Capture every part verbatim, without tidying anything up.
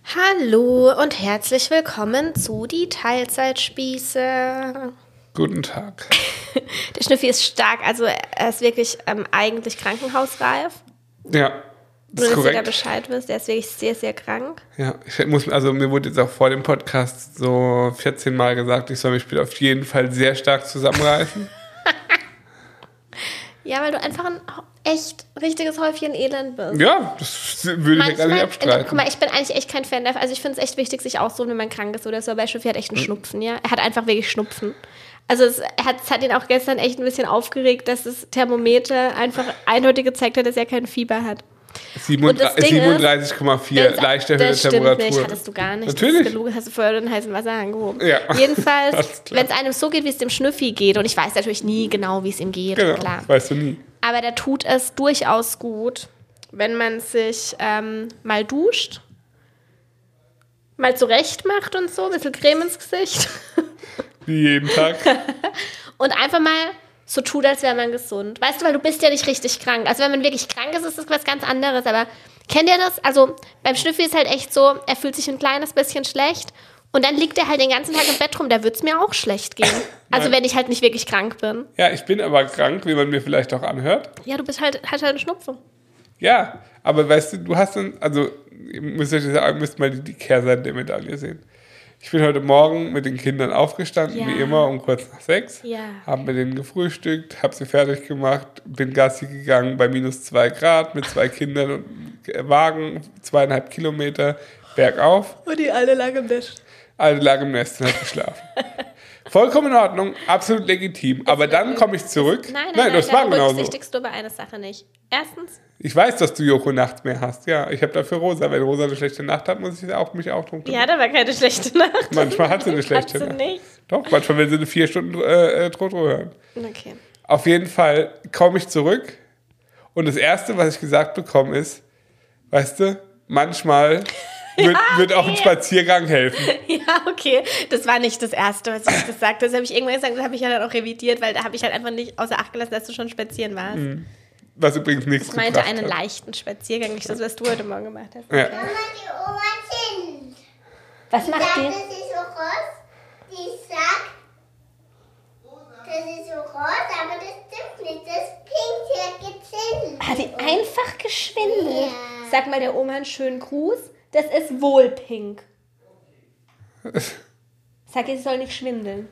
Hallo und herzlich willkommen zu die Teilzeitspieße. Guten Tag. Der Schnüffi ist stark, also er ist wirklich ähm, eigentlich krankenhausreif. Ja, das Nur, ist dass du da korrekt. Bescheid wirst, der ist wirklich sehr, sehr krank. Ja, ich muss, also mir wurde jetzt auch vor dem Podcast so vierzehn Mal gesagt, ich soll mich bitte auf jeden Fall sehr stark zusammenreißen. Ja, weil du einfach ein echt richtiges Häufchen Elend bist. Ja, das würde ich ja gar nicht abstreiten. Guck mal, ich bin eigentlich echt kein Fan davon. Also ich finde es echt wichtig, sich auszuruhen, wenn man krank ist oder so. Aber Schnüffi hat echt einen Schnupfen, ja. Er hat einfach wirklich Schnupfen. Also es hat, es hat ihn auch gestern echt ein bisschen aufgeregt, dass das Thermometer einfach eindeutig gezeigt hat, dass er kein Fieber hat. siebenunddreißig Komma vier, leicht erhöhte das Temperatur. Stimmt nicht, hattest du gar nicht. Natürlich. Das ist gelogen, hast du vorher den heißen Wasser angehoben. Ja. Jedenfalls, wenn es einem so geht, wie es dem Schnüffi geht, und ich weiß natürlich nie genau, wie es ihm geht, Genau, klar. das weißt du nie. Aber da tut es durchaus gut, wenn man sich ähm, mal duscht, mal zurecht macht und so, ein bisschen Creme ins Gesicht. Wie jeden Tag. Und einfach mal so tut, als wäre man gesund. Weißt du, weil du bist ja nicht richtig krank. Also wenn man wirklich krank ist, ist das was ganz anderes. Aber kennt ihr das? Also beim Schnüffi ist halt echt so, er fühlt sich ein kleines bisschen schlecht und dann liegt er halt den ganzen Tag im Bett rum. Da würde es mir auch schlecht gehen. Also wenn ich halt nicht wirklich krank bin. Ja, ich bin aber krank, wie man mir vielleicht auch anhört. Ja, du bist halt, hast halt einen Schnupfen. Ja, aber weißt du, du hast dann, also ihr müsst euch sagen, ihr müsst mal die, die Kehrseite der Medaille sehen. Ich bin heute Morgen mit den Kindern aufgestanden, Ja. wie immer, um kurz nach sechs. Ja. Hab mit denen gefrühstückt, hab sie fertig gemacht, bin Gassi gegangen bei minus zwei Grad mit zwei Kindern und Wagen, zweieinhalb Kilometer bergauf. Und die alle lag im Bett. Alle lag im Nest und hat geschlafen. Vollkommen in Ordnung, absolut legitim. Aber dann komme ich zurück. Nein, nein, nein, das da war genauso. berücksichtigst du aber eine Sache nicht. Erstens, Ich weiß, dass du Joko nachts mehr hast. Ja, ich habe dafür Rosa. Wenn Rosa eine schlechte Nacht hat, muss ich auch, mich auch drum kümmern. ja, da war keine schlechte Nacht. Manchmal hat sie eine schlechte Hat sie Nacht. nicht. Doch, manchmal will sie eine vier Stunden äh, äh, Trotro hören. Okay. Auf jeden Fall komme ich zurück und das Erste, was ich gesagt bekomme, ist, weißt du, manchmal wird, Ja, wird auch ein okay. Spaziergang helfen. Ja, okay. Das war nicht das Erste, was ich gesagt habe. Das habe ich irgendwann gesagt, das habe ich ja dann auch revidiert, weil da habe ich halt einfach nicht außer Acht gelassen, dass du schon spazieren warst. Was übrigens nichts Ich meinte gebracht einen hat. leichten Spaziergang, nicht das, was du heute Morgen gemacht hast. Ja. Okay. Mama, die Oma Kind. Was macht Sagt, die? das ist so rot. Die sagt, das ist so rot, aber das stimmt nicht. Das ist pink, die hat gezählt. Hat die einfach geschwindelt? Ja. Sag mal der Oma einen schönen Gruß. Das ist wohl pink. Sag ihr, sie soll nicht schwindeln.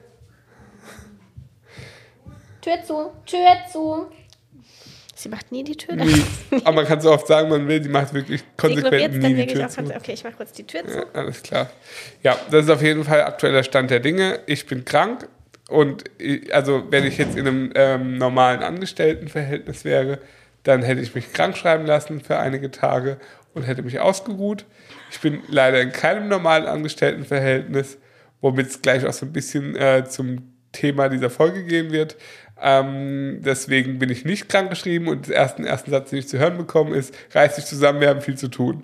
Tür zu, Tür zu. Sie macht nie die Tür zu. Nie. Aber man kann so oft sagen, man will, sie macht wirklich Sie konsequent ignoriert es dann nie die wirklich Tür auch. zu. Von, okay, ich mach kurz die Tür zu. Ja, alles klar. Ja, das ist auf jeden Fall aktueller Stand der Dinge. Ich bin krank und ich, also wenn ich jetzt in einem ähm, normalen Angestelltenverhältnis wäre, dann hätte ich mich krank schreiben lassen für einige Tage und hätte mich ausgeruht. Ich bin leider in keinem normalen Angestelltenverhältnis, womit es gleich auch so ein bisschen äh, zum Thema dieser Folge gehen wird. Ähm, deswegen bin ich nicht krankgeschrieben und den ersten, ersten Satz, den ich zu hören bekomme, ist, reiß dich zusammen, wir haben viel zu tun.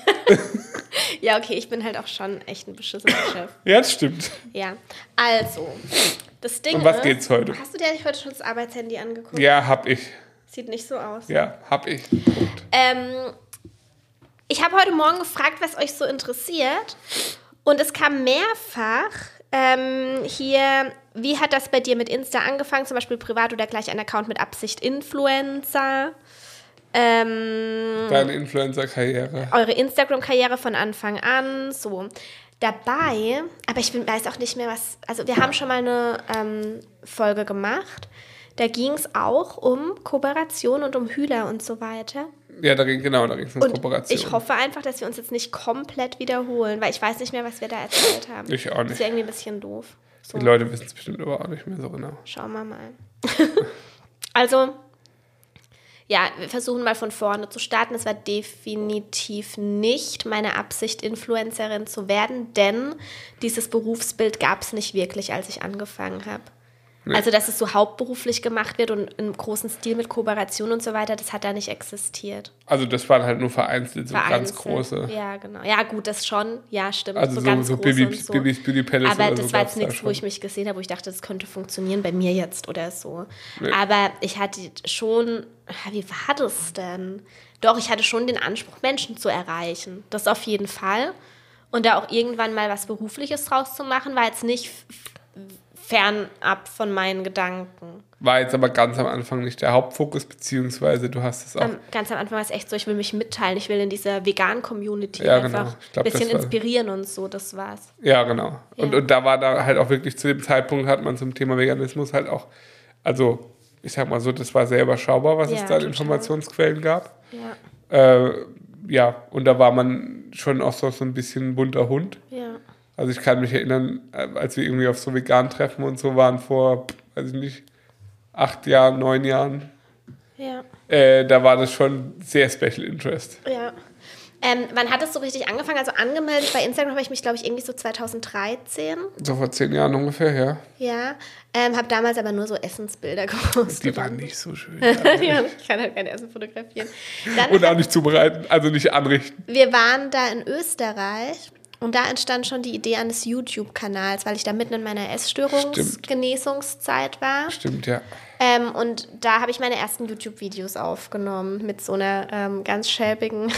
Ja, okay, ich bin halt auch schon echt ein beschissener Chef. Ja, das stimmt. Ja, also, das Ding Um was ist, geht's heute? Hast du dir eigentlich heute schon das Arbeitshandy angeguckt? Ja, hab ich. Sieht nicht so aus. Ja, hab ich. Punkt. Ähm, ich habe heute Morgen gefragt, was euch so interessiert. Und es kam mehrfach ähm, hier, wie hat das bei dir mit Insta angefangen? Zum Beispiel privat oder gleich ein Account mit Absicht Influencer. Ähm, Deine Influencer-Karriere. eure Instagram-Karriere von Anfang an, so. Dabei, aber ich bin, weiß auch nicht mehr, was, also wir haben schon mal eine ähm, Folge gemacht, da ging es auch um Kooperation und um Hühler und so weiter. Ja, da ging genau, da ging es um Und Kooperation. ich hoffe einfach, dass wir uns jetzt nicht komplett wiederholen, weil ich weiß nicht mehr, was wir da erzählt haben. Ich auch Das nicht. ist ja irgendwie ein bisschen doof. So, Die Leute wissen es bestimmt aber auch nicht mehr so genau. schauen wir mal. Also, ja, wir versuchen mal von vorne zu starten. Es war definitiv nicht meine Absicht, Influencerin zu werden, denn dieses Berufsbild gab es nicht wirklich, als ich angefangen habe. Nee. Also, dass es so hauptberuflich gemacht wird und im großen Stil mit Kooperation und so weiter, das hat da nicht existiert. Also das waren halt nur vereinzelt, so ganz Vereinzelt. große. Ja, genau. Ja, gut, das schon. Ja, stimmt. Also so, ganz so große Bibi, und so. Bibis Beauty Palace Aber oder das so war gab's jetzt da nichts, schon. wo ich mich gesehen habe, wo ich dachte, das könnte funktionieren bei mir jetzt oder so. Nee. Aber ich hatte schon, wie war das denn? Doch, ich hatte schon den Anspruch, Menschen zu erreichen. Das auf jeden Fall. Und da auch irgendwann mal was Berufliches draus zu machen, war jetzt nicht f- fernab von meinen Gedanken. War jetzt aber ganz am Anfang nicht der Hauptfokus, beziehungsweise du hast es auch... Ähm, ganz am Anfang war es echt so, ich will mich mitteilen, ich will in dieser veganen Community Ja, einfach genau. Ich glaub, ein bisschen das war- inspirieren und so, das war's. Ja, genau. Und, Ja. und da war da halt auch wirklich zu dem Zeitpunkt, hat man zum Thema Veganismus halt auch, also ich sag mal so, das war sehr überschaubar, was Ja, es da an total. Informationsquellen gab. Ja, Äh, ja, und da war man schon auch so, so ein bisschen ein bunter Hund. ja. Also ich kann mich erinnern, äh, als wir irgendwie auf so Vegan-Treffen und so waren vor, weiß ich nicht, acht Jahren, neun Jahren, Ja, äh, da war das schon sehr Special Interest. ja. Ähm, wann hat es so richtig angefangen? Also angemeldet bei Instagram habe ich mich, glaube ich, irgendwie so zwanzig dreizehn. So vor zehn Jahren ungefähr, ja. Ja, ähm, habe damals aber nur so Essensbilder gepostet. Die waren nicht so schön. ja, ich kann halt kein Essen fotografieren. Dann Und auch nicht zubereiten, also nicht anrichten. Wir waren da in Österreich und da entstand schon die Idee eines YouTube-Kanals, weil ich da mitten in meiner Essstörungsgenesungszeit war. Stimmt, ja. Ähm, und da habe ich meine ersten YouTube-Videos aufgenommen mit so einer ähm, ganz schäbigen,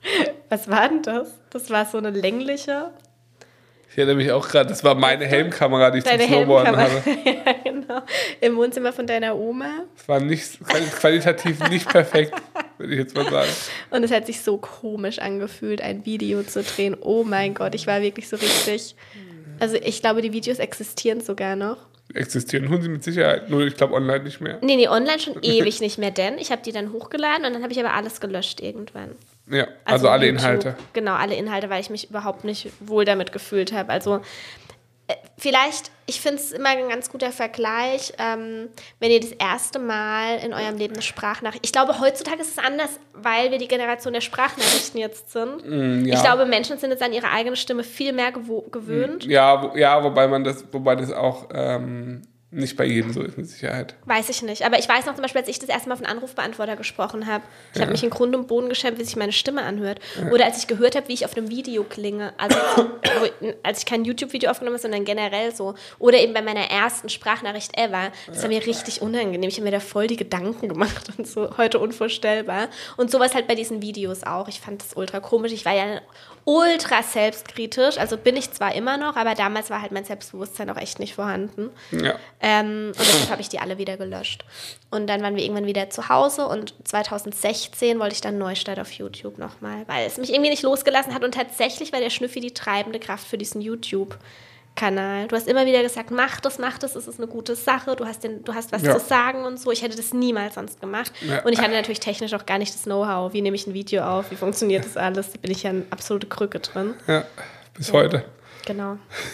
was war denn das? Das war so eine längliche. Ich erinnere mich auch gerade, das war meine Helmkamera, die ich Deine zum Snowboarden Helmkamera. hatte. ja, genau. Im Wohnzimmer von deiner Oma. Es war nicht, qualitativ nicht perfekt, würde ich jetzt mal sagen. Und es hat sich so komisch angefühlt, ein Video zu drehen. Oh mein Gott, ich war wirklich so richtig. Also ich glaube, die Videos existieren sogar noch. Existieren tun sie mit Sicherheit, nur ich glaube online nicht mehr. Nee, nee, online schon ewig nicht mehr, denn ich habe die dann hochgeladen und dann habe ich aber alles gelöscht irgendwann. Ja, also, alle YouTube. Inhalte. Genau, alle Inhalte, weil ich mich überhaupt nicht wohl damit gefühlt habe. Also äh, vielleicht, ich finde es immer ein ganz guter Vergleich, ähm, wenn ihr das erste Mal in eurem Leben eine Sprachnachricht... Ich glaube, heutzutage ist es anders, weil wir die Generation der Sprachnachrichten jetzt sind. Mm, ja. Ich glaube, Menschen sind jetzt an ihre eigene Stimme viel mehr gewo- gewöhnt. Ja, wo, ja, wobei man das, wobei das auch ähm, nicht bei jedem so ist, mit Sicherheit. Weiß ich nicht. Aber ich weiß noch zum Beispiel, als ich das erste Mal auf einen Anrufbeantworter gesprochen habe, ich ja. habe mich in Grund und Boden geschämt, wie sich meine Stimme anhört. Ja. Oder als ich gehört habe, wie ich auf einem Video klinge. Also als ich kein YouTube-Video aufgenommen habe, sondern generell so. Oder eben bei meiner ersten Sprachnachricht ever. Das war mir richtig unangenehm. Ich habe mir da voll die Gedanken gemacht und so. Heute unvorstellbar. Und sowas halt bei diesen Videos auch. Ich fand das ultra komisch. Ich war ja ultra selbstkritisch. Also bin ich zwar immer noch, aber damals war halt mein Selbstbewusstsein auch echt nicht vorhanden. Ja. Ähm, und deshalb habe ich die alle wieder gelöscht. Und dann waren wir irgendwann wieder zu Hause und zwanzig sechzehn wollte ich dann Neustart auf YouTube nochmal, weil es mich irgendwie nicht losgelassen hat und tatsächlich war der Schnüffi die treibende Kraft für diesen YouTube-Kanal. Du hast immer wieder gesagt, mach das, mach das, es ist eine gute Sache, du hast, den, du hast was ja. zu sagen und so. Ich hätte das niemals sonst gemacht. Ja. Und ich hatte natürlich technisch auch gar nicht das Know-how. Wie nehme ich ein Video auf? Wie funktioniert das alles? Da bin ich ja eine absolute Krücke drin. Ja, bis ja. heute. Genau.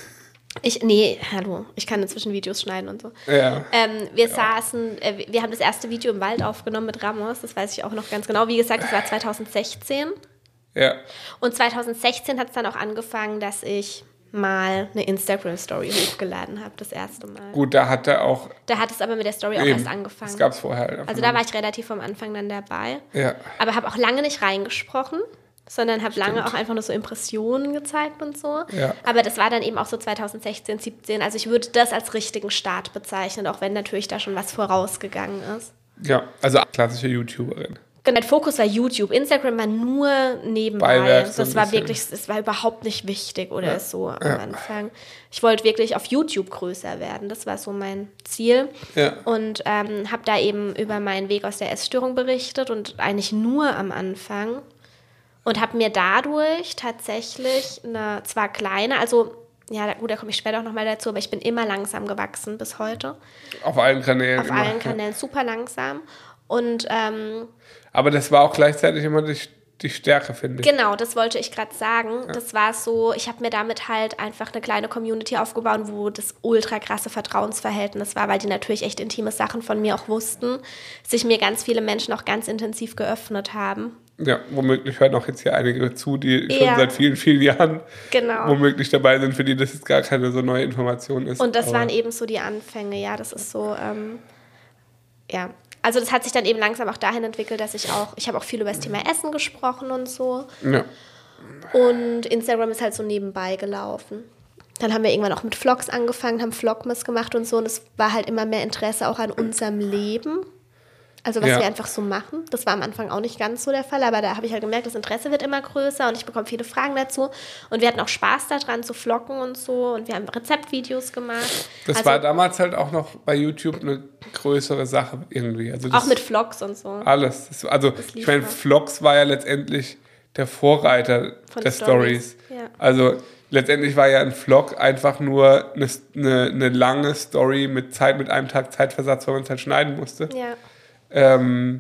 Ich, nee, hallo, ich kann inzwischen Videos schneiden und so. Ja. Ähm, wir ja. saßen, äh, wir haben das erste Video im Wald aufgenommen mit Ramos, das weiß ich auch noch ganz genau. Wie gesagt, das war zwanzig sechzehn. Ja. Und zwanzig sechzehn hat es dann auch angefangen, dass ich mal eine Instagram-Story hochgeladen habe, das erste Mal. Gut, da hat er auch... Da hat es aber mit der Story auch eben, erst angefangen. Das gab es vorher. Also da war ich relativ am Anfang dann dabei. Ja. Aber habe auch lange nicht reingesprochen. Sondern habe lange auch einfach nur so Impressionen gezeigt und so. Ja. Aber das war dann eben auch so zwanzig sechzehn, siebzehn. Also ich würde das als richtigen Start bezeichnen, auch wenn natürlich da schon was vorausgegangen ist. Ja, also klassische YouTuberin. Genau, der Fokus war YouTube. Instagram war nur nebenbei. Beiwerk so das war bisschen. wirklich, das war überhaupt nicht wichtig oder ja. so am ja. Anfang. Ich wollte wirklich auf YouTube größer werden. Das war so mein Ziel. Ja. Und ähm, habe da eben über meinen Weg aus der Essstörung berichtet und eigentlich nur am Anfang. Und habe mir dadurch tatsächlich eine, zwar kleine, also, ja gut, da komme ich später auch nochmal dazu, aber ich bin immer langsam gewachsen bis heute. Auf allen Kanälen. Auf immer. allen Kanälen, super langsam. Und, ähm, aber das war auch gleichzeitig immer die, die Stärke, finde ich. Genau, das wollte ich gerade sagen. Ja. Das war so, ich habe mir damit halt einfach eine kleine Community aufgebaut, wo das ultra krasse Vertrauensverhältnis war, weil die natürlich echt intime Sachen von mir auch wussten, sich mir ganz viele Menschen auch ganz intensiv geöffnet haben. Ja, womöglich hören auch jetzt hier einige zu, die schon ja. seit vielen, vielen Jahren genau. womöglich dabei sind, für die das jetzt gar keine so neue Information ist. Und das Aber waren eben so die Anfänge, ja, das ist so, ähm, ja. Also das hat sich dann eben langsam auch dahin entwickelt, dass ich auch, ich habe auch viel über das Thema Essen gesprochen und so. Ja. Und Instagram ist halt so nebenbei gelaufen. Dann haben wir irgendwann auch mit Vlogs angefangen, haben Vlogmas gemacht und so. Und es war halt immer mehr Interesse auch an unserem Leben. Also was Ja. wir einfach so machen. Das war am Anfang auch nicht ganz so der Fall, aber da habe ich halt gemerkt, das Interesse wird immer größer und ich bekomme viele Fragen dazu. Und wir hatten auch Spaß daran zu vloggen und so und wir haben Rezeptvideos gemacht. Das also war damals halt auch noch bei YouTube eine größere Sache irgendwie. Also das auch mit Vlogs und so. alles. Das, also lief ich meine, noch. Vlogs war ja letztendlich der Vorreiter Von der Stories. Stories. Ja. Also letztendlich war ja ein Vlog einfach nur eine, eine, eine lange Story mit Zeit, mit einem Tag Zeitversatz, weil man es halt schneiden musste. Ja. Ähm,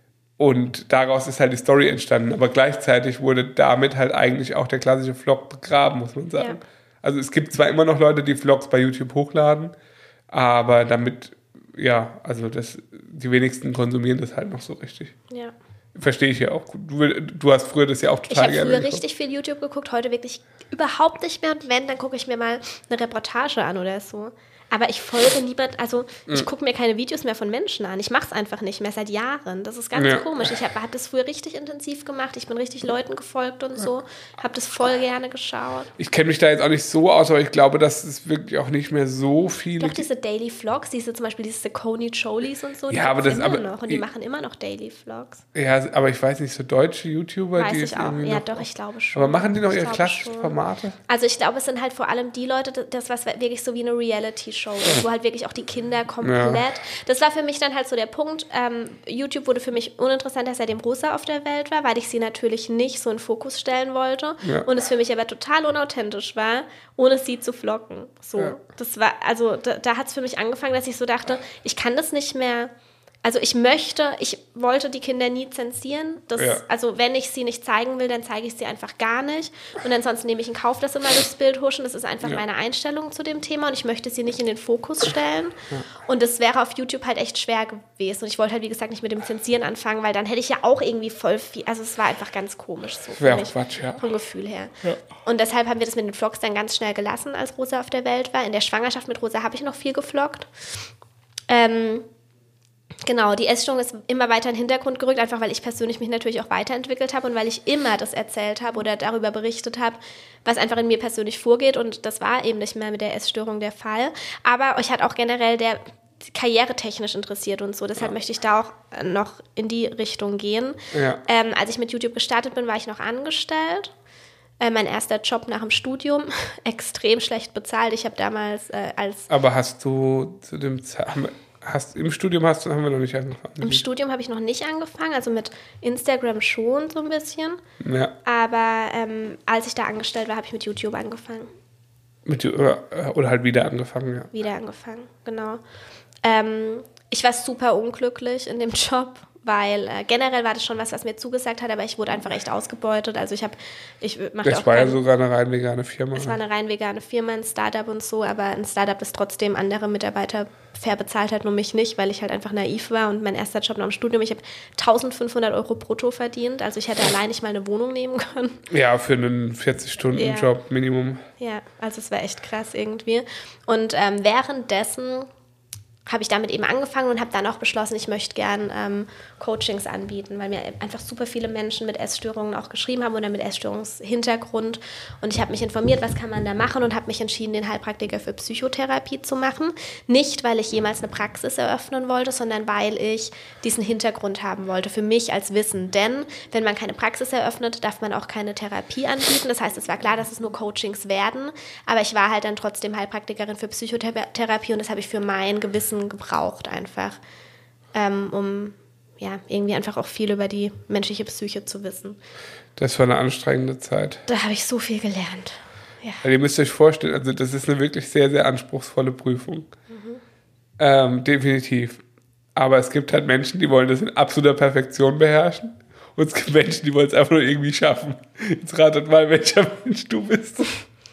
und daraus ist halt die Story entstanden. Aber gleichzeitig wurde damit halt eigentlich auch der klassische Vlog begraben, muss man sagen. Ja. Also es gibt zwar immer noch Leute, die Vlogs bei YouTube hochladen, aber damit, ja, also das, die wenigsten konsumieren das halt noch so richtig. Ja. Verstehe ich ja auch. Du, du hast früher das ja auch Ich total habe gerne früher geguckt. richtig viel YouTube geguckt, heute wirklich überhaupt nicht mehr. Und wenn, dann gucke ich mir mal eine Reportage an oder so. Aber ich folge niemand, also ich gucke mir keine Videos mehr von Menschen an. Ich mache es einfach nicht mehr seit Jahren. Das ist ganz Ja. komisch. Ich habe hab das früher richtig intensiv gemacht. Ich bin richtig Leuten gefolgt und so. Habe das voll gerne geschaut. Ich kenne mich da jetzt auch nicht so aus, aber ich glaube, dass es wirklich auch nicht mehr so viele Doch diese Daily Vlogs, diese zum Beispiel diese Coney Cholis und so, die Ja, aber gibt's das- immer aber- noch. Und die ich- machen immer noch Daily Vlogs. Ja, aber ich weiß nicht, so deutsche YouTuber, Weiß die ich jetzt auch. irgendwie Ja, noch, doch, ich glaube schon. aber machen die noch Ich ihre glaube klassischen schon. Formate? Also ich glaube, es sind halt vor allem die Leute, das was wirklich so wie eine Reality-Show ist, wo halt wirklich auch die Kinder komplett, Ja. das war für mich dann halt so der Punkt, ähm, YouTube wurde für mich uninteressanter, seitdem Rosa auf der Welt war, weil ich sie natürlich nicht so in den Fokus stellen wollte Ja. und es für mich aber total unauthentisch war, ohne sie zu vloggen. So, Ja. das war, also da, da hat es für mich angefangen, dass ich so dachte, ich kann das nicht mehr. Also ich möchte, ich wollte die Kinder nie zensieren. Das, Ja. Also wenn ich sie nicht zeigen will, dann zeige ich sie einfach gar nicht. Und ansonsten nehme ich in Kauf, dass sie mal durchs Bild huschen. Das ist einfach Ja. meine Einstellung zu dem Thema und ich möchte sie nicht in den Fokus stellen. Und das wäre auf YouTube halt echt schwer gewesen. Und ich wollte halt, wie gesagt, nicht mit dem Zensieren anfangen, weil dann hätte ich ja auch irgendwie voll viel, also es war einfach ganz komisch so für Wäre auch mich, Quatsch, ja. vom Gefühl her. Ja. Und deshalb haben wir das mit den Vlogs dann ganz schnell gelassen, als Rosa auf der Welt war. In der Schwangerschaft mit Rosa habe ich noch viel gevloggt. Ähm... Genau, die Essstörung ist immer weiter in den Hintergrund gerückt, einfach weil ich persönlich mich natürlich auch weiterentwickelt habe und weil ich immer das erzählt habe oder darüber berichtet habe, was einfach in mir persönlich vorgeht. Und das war eben nicht mehr mit der Essstörung der Fall. Aber euch hat auch generell der karrieretechnisch interessiert und so. Deshalb möchte ich da auch noch in die Richtung gehen. Ja. Ähm, als ich mit YouTube gestartet bin, war ich noch angestellt. Äh, mein erster Job nach dem Studium, extrem schlecht bezahlt. Ich habe damals äh, als Aber hast du zu dem Ze- haben- hast im Studium hast du haben wir noch nicht angefangen. Im Studium habe ich noch nicht angefangen, also mit Instagram schon so ein bisschen. Ja. Aber ähm, als ich da angestellt war, habe ich mit YouTube angefangen. Mit, oder, oder halt wieder angefangen, ja. Wieder angefangen, genau. Ähm, ich war super unglücklich in dem Job, weil äh, generell war das schon was, was mir zugesagt hat, aber ich wurde einfach echt ausgebeutet. Also ich habe, ich mache Das auch war ja kein- sogar eine rein vegane Firma. Es war eine rein vegane Firma, ein Startup und so, aber ein Startup, das trotzdem andere Mitarbeiter fair bezahlt hat, nur mich nicht, weil ich halt einfach naiv war und mein erster Job nach dem Studium, ich habe eintausendfünfhundert Euro brutto verdient, also ich hätte allein nicht mal eine Wohnung nehmen können. Ja, für einen vierzig-Stunden-Job Minimum. Ja, also es war echt krass irgendwie. Und ähm, währenddessen habe ich damit eben angefangen und habe dann auch beschlossen, ich möchte gern ähm, Coachings anbieten, weil mir einfach super viele Menschen mit Essstörungen auch geschrieben haben oder mit Essstörungshintergrund. Und ich habe mich informiert, was kann man da machen und habe mich entschieden, den Heilpraktiker für Psychotherapie zu machen. Nicht, weil ich jemals eine Praxis eröffnen wollte, sondern weil ich diesen Hintergrund haben wollte für mich als Wissen. Denn wenn man keine Praxis eröffnet, darf man auch keine Therapie anbieten. Das heißt, es war klar, dass es nur Coachings werden, aber ich war halt dann trotzdem Heilpraktikerin für Psychotherapie und das habe ich für mein Gewissen gebraucht einfach, ähm, um ja, irgendwie einfach auch viel über die menschliche Psyche zu wissen. Das war eine anstrengende Zeit. Da habe ich so viel gelernt. Ja. Also ihr müsst euch vorstellen, also das ist eine wirklich sehr, sehr anspruchsvolle Prüfung. Mhm. Ähm, definitiv. Aber es gibt halt Menschen, die wollen das in absoluter Perfektion beherrschen. Und es gibt Menschen, die wollen es einfach nur irgendwie schaffen. Jetzt ratet mal, welcher Mensch du bist.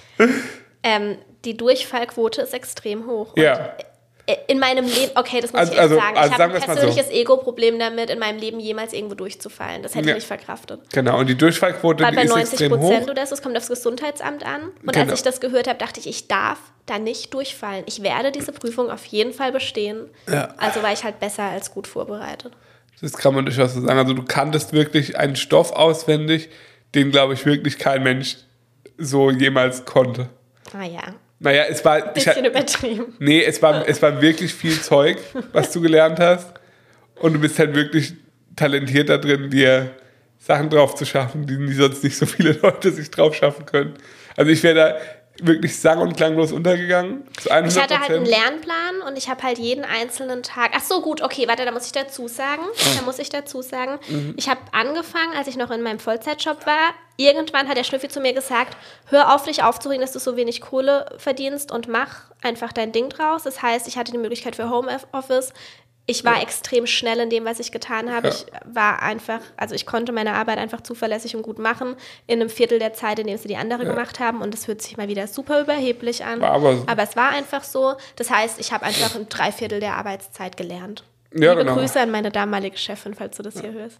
Ähm, die Durchfallquote ist extrem hoch. Und Ja. in meinem Leben, okay, das muss Also- ich echt also- sagen, also ich habe sagen ein wir's mal so. persönliches Ego-Problem damit, in meinem Leben jemals irgendwo durchzufallen. Das hätte Ja. ich nicht verkraftet. Genau, und die Durchfallquote, War die bei ist neunzig extrem Prozent hoch. oder so, es kommt aufs Gesundheitsamt an. Und Genau. als ich das gehört habe, dachte ich, ich darf da nicht durchfallen. Ich werde diese Prüfung auf jeden Fall bestehen. Ja. Also war ich halt besser als gut vorbereitet. Das kann man durchaus so sagen. Also du kanntest wirklich einen Stoff auswendig, den, glaube ich, wirklich kein Mensch so jemals konnte. Ah ja, Naja, es war... Ich, bisschen übertrieben. nee, es war, es war wirklich viel Zeug, was du gelernt hast. Und du bist halt wirklich talentiert da drin, dir Sachen drauf zu schaffen, die sonst nicht so viele Leute sich drauf schaffen können. Also ich wäre da wirklich sang- und klanglos untergegangen. Zu hundert Prozent. Ich hatte halt einen Lernplan und ich habe halt jeden einzelnen Tag. Ach so, gut, okay, warte, da muss ich dazu sagen. Da muss ich dazu sagen. Mhm. Ich habe angefangen, als ich noch in meinem Vollzeitjob war. Irgendwann hat der Schnüffi zu mir gesagt, hör auf, dich aufzuregen, dass du so wenig Kohle verdienst und mach einfach dein Ding draus. Das heißt, ich hatte die Möglichkeit für Homeoffice. Ich war ja. extrem schnell in dem, was ich getan habe. Ja. Ich war einfach, also ich konnte meine Arbeit einfach zuverlässig und gut machen, in einem Viertel der Zeit, in dem sie die andere ja. gemacht haben. Und das hört sich mal wieder super überheblich an. Aber, aber es war einfach so. Das heißt, ich habe einfach ein Dreiviertel der Arbeitszeit gelernt. Ja, Liebe genau. Grüße an meine damalige Chefin, falls du das hier hörst.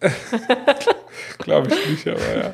Glaube ich nicht, aber ja.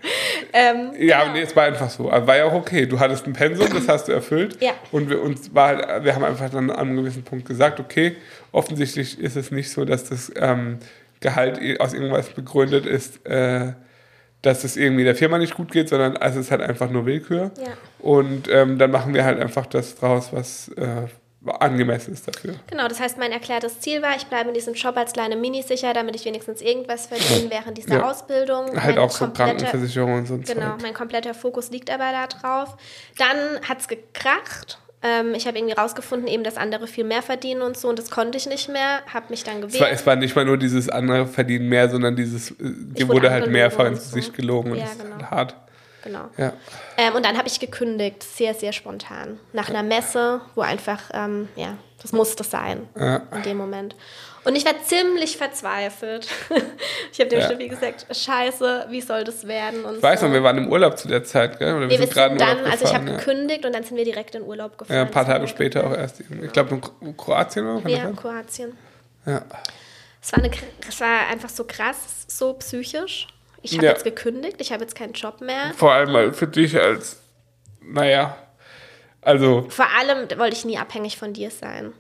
ähm, ja, genau. nee, es war einfach so. Also war ja auch okay. Du hattest ein Pensum, das hast du erfüllt. Ja. Und wir, uns war halt, wir haben einfach dann an einem gewissen Punkt gesagt, okay, offensichtlich ist es nicht so, dass das ähm, Gehalt aus irgendwas begründet ist, äh, dass es irgendwie der Firma nicht gut geht, sondern also es ist halt einfach nur Willkür. Ja. Und ähm, dann machen wir halt einfach das draus, was äh, angemessen ist dafür. Genau, das heißt, mein erklärtes Ziel war, ich bleibe in diesem Job als kleine Minisicher, damit ich wenigstens irgendwas verdiene während dieser ja. Ausbildung. Halt mein auch so Krankenversicherung und so ein Genau, Zeug. mein kompletter Fokus liegt aber da drauf. Dann hat es gekracht. Ähm, ich habe irgendwie rausgefunden, eben, dass andere viel mehr verdienen und so, und das konnte ich nicht mehr, habe mich dann gewehrt. Es war, es war nicht mal nur dieses andere verdienen mehr, sondern dieses, dir wurde wurde halt mehrfach ins so. Gesicht gelogen und Ja, das ist genau. halt hart. Genau. Ja. Ähm, und dann habe ich gekündigt, sehr, sehr spontan. Nach einer Messe, wo einfach, ähm, ja, das musste sein Ja. in dem Moment. Und ich war ziemlich verzweifelt. Ich habe dem Ja. Steffi gesagt, scheiße, wie soll das werden? Und Ich weiß so. noch, wir waren im Urlaub zu der Zeit, gell? Oder wir, Wir sind sind gerade in dann, Urlaub also ich gefahren, habe ja. gekündigt und dann sind wir direkt in Urlaub gefahren. Ja, ein paar Tage Zum später auch erst. Ich glaube in Kroatien oder? Kann das Ja, sein? Kroatien. Ja. Es war, eine, es war einfach so krass, so psychisch. Ich habe Ja. jetzt gekündigt, ich habe jetzt keinen Job mehr. Vor allem mal für dich als, naja, also, Vor allem wollte ich nie abhängig von dir sein.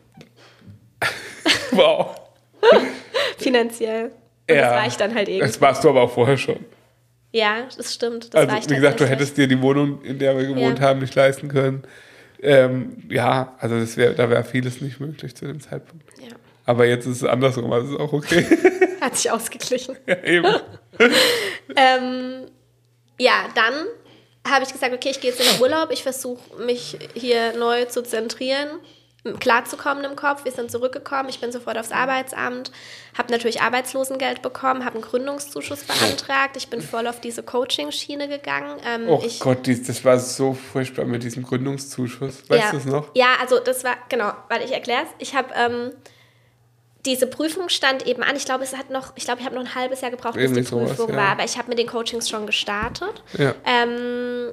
wow. Finanziell. Und Ja. das war ich dann halt irgendwie. Das warst du aber auch vorher schon. Ja, das stimmt. Das Also, war ich wie gesagt, du tatsächlich. hättest dir die Wohnung, in der wir gewohnt Ja. haben, nicht leisten können. Ähm, ja, also das wär, da wäre vieles nicht möglich zu dem Zeitpunkt. Ja. Aber jetzt ist es andersrum, also ist auch okay. Hat sich ausgeglichen. Ja, eben. ähm, ja, dann habe ich gesagt, okay, ich gehe jetzt in den Urlaub, ich versuche mich hier neu zu zentrieren, klarzukommen im Kopf. Wir sind zurückgekommen, ich bin sofort aufs Arbeitsamt, habe natürlich Arbeitslosengeld bekommen, habe einen Gründungszuschuss beantragt, ich bin voll auf diese Coaching-Schiene gegangen. Ähm, Oh ich, Gott, dies, das war so furchtbar mit diesem Gründungszuschuss. Weißt ja, du es noch? Ja, also das war, genau, weil ich erkläre es. Ich habe, ähm, diese Prüfung stand eben an. Ich glaube, es hat noch, ich glaube, ich habe noch ein halbes Jahr gebraucht, bis Irgendwie die sowas, Prüfung ja. war, aber ich habe mit den Coachings schon gestartet. Ja. Ähm,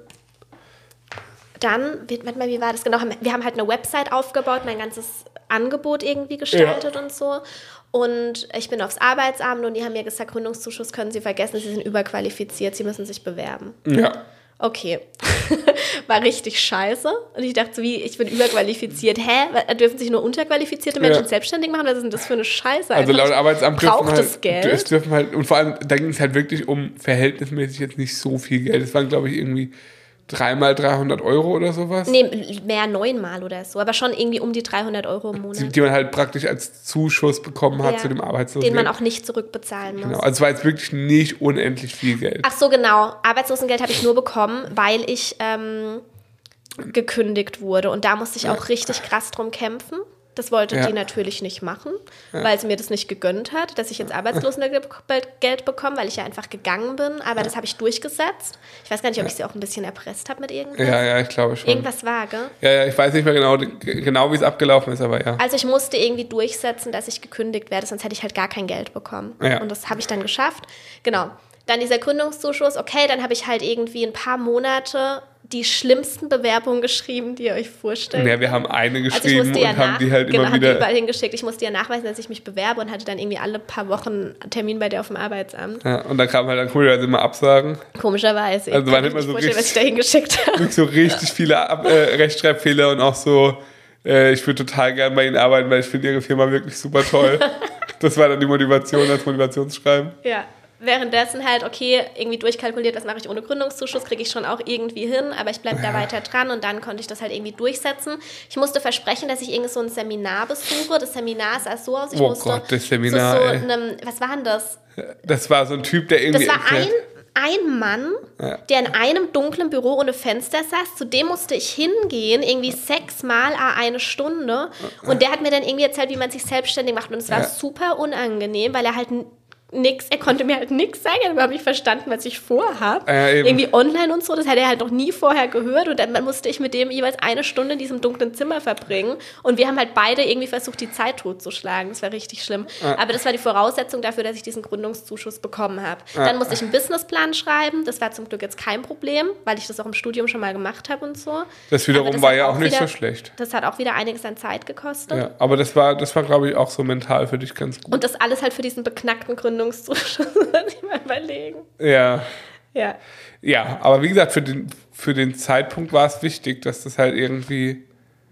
dann, wie- warte mal, wie war das genau? Wir haben halt eine Website aufgebaut, mein ganzes Angebot irgendwie gestaltet Ja. und so. Und ich bin aufs Arbeitsamt und die haben mir gesagt, Gründungszuschuss können Sie vergessen, Sie sind überqualifiziert, Sie müssen sich bewerben. Ja. Okay. War richtig scheiße. Und ich dachte so, wie, ich bin überqualifiziert. Hä? Dürfen sich nur unterqualifizierte Menschen Ja. selbstständig machen? Was ist denn das für eine Scheiße? Also Einfach, laut Arbeitsamt ich brauch dürfen das halt, Geld. es dürfen halt, und vor allem, da ging es halt wirklich um verhältnismäßig jetzt nicht so viel Geld. Es waren, glaube ich, irgendwie dreimal dreihundert Euro oder sowas. Nee, mehr neunmal oder so. Aber schon irgendwie um die dreihundert Euro im Monat. Die, die man halt praktisch als Zuschuss bekommen hat Ja. zu dem Arbeitslosengeld. Den man auch nicht zurückbezahlen muss. Genau, also es war jetzt wirklich nicht unendlich viel Geld. Ach so, genau. Arbeitslosengeld habe ich nur bekommen, weil ich ähm, gekündigt wurde. Und da musste ich auch richtig krass drum kämpfen. Das wollte Ja. die natürlich nicht machen, weil sie mir das nicht gegönnt hat, dass ich jetzt Arbeitslosengeld bekomme, weil ich ja einfach gegangen bin. Aber das habe ich durchgesetzt. Ich weiß gar nicht, ob ich sie auch ein bisschen erpresst habe mit irgendwas. Ja, ja, ich glaube schon. Irgendwas war, gell? Ja, ja, ich weiß nicht mehr genau, genau wie es abgelaufen ist, aber ja. Also ich musste irgendwie durchsetzen, dass ich gekündigt werde, sonst hätte ich halt gar kein Geld bekommen. Ja. Und das habe ich dann geschafft. Genau. Dann dieser Gründungszuschuss. Okay, dann habe ich halt irgendwie ein paar Monate die schlimmsten Bewerbungen geschrieben, die ihr euch vorstellt. Ja, wir haben eine Also ich geschrieben musste ja und haben nach, die halt genau, immer hab die wieder... überall hingeschickt. Ich musste ja nachweisen, dass ich mich bewerbe und hatte dann irgendwie alle paar Wochen einen Termin bei dir auf dem Arbeitsamt. Ja, und dann kam halt dann komischerweise immer Absagen. Komischerweise. Also ich waren kann mir immer nicht so vorstellen, was ich richtig- da hingeschickt habe. Wirklich so richtig viele Ab äh, Rechtschreibfehler und auch so, äh, ich würde total gern bei Ihnen arbeiten, weil ich finde Ihre Firma wirklich super toll. Das war dann die Motivation als Motivationsschreiben. Ja. währenddessen halt, okay, irgendwie durchkalkuliert, was mache ich ohne Gründungszuschuss, kriege ich schon auch irgendwie hin, aber ich bleibe da weiter dran und dann konnte ich das halt irgendwie durchsetzen. Ich musste versprechen, dass ich irgend so ein Seminar besuche. Das Seminar sah so aus, ich oh musste Gott, das Seminar, zu so ey. einem, was war denn das? Das war so ein Typ, der irgendwie... Das war ein, erklärt- ein Mann, Ja. der in einem dunklen Büro ohne Fenster saß. Zu dem musste ich hingehen, irgendwie sechsmal a eine Stunde. Und der hat mir dann irgendwie erzählt, wie man sich selbstständig macht. Und es war Ja. super unangenehm, weil er halt n- nix, er konnte mir halt nichts sagen. Er hat überhaupt nicht verstanden, was ich vorhabe. Ja, eben. irgendwie online und so, das hat er halt noch nie vorher gehört. Und dann musste ich mit dem jeweils eine Stunde in diesem dunklen Zimmer verbringen. Und wir haben halt beide irgendwie versucht, die Zeit totzuschlagen. Das war richtig schlimm. Ja. Aber das war die Voraussetzung dafür, dass ich diesen Gründungszuschuss bekommen habe. Dann musste ich einen Businessplan schreiben. Das war zum Glück jetzt kein Problem, weil ich das auch im Studium schon mal gemacht habe und so. Das wiederum Aber das war hat ja auch nicht wieder, so schlecht. Das hat auch wieder einiges an Zeit gekostet. Ja, aber das war, das war, glaube ich, auch so mental für dich ganz gut. Und das alles halt für diesen beknackten Gründungszuschuss, muss ich mal überlegen. Ja, Ja. ja, aber wie gesagt, für den, für den Zeitpunkt war es wichtig, dass das halt irgendwie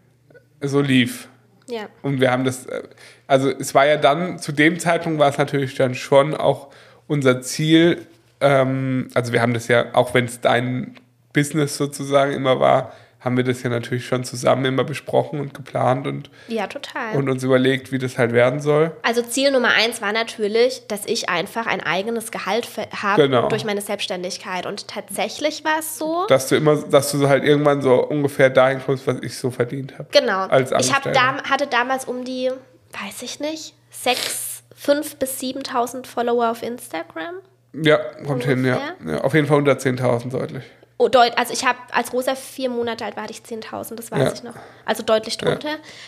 so lief. Ja. Und wir haben das, äh, also es war ja dann, zu dem Zeitpunkt war es natürlich dann schon auch unser Ziel, ähm, also wir haben das ja, auch wenn es dein Business sozusagen immer war, haben wir das ja natürlich schon zusammen immer besprochen und geplant und, Ja, total. und uns überlegt, wie das halt werden soll. Also Ziel Nummer eins war natürlich, dass ich einfach ein eigenes Gehalt ver- habe Genau. durch meine Selbstständigkeit. Und tatsächlich war es so. Dass du immer, dass du so halt irgendwann so ungefähr dahin kommst, was ich so verdient habe. Genau. Als ich hab Angestellter. da, hatte damals um die, weiß ich nicht, sechs, fünf bis siebentausend Follower auf Instagram. Ja, kommt hin, ja. ja. Auf jeden Fall unter zehntausend deutlich. Oh, deut, also ich habe, als Rosa vier Monate alt war, hatte ich zehntausend, das weiß Ja. ich noch. Also deutlich drunter.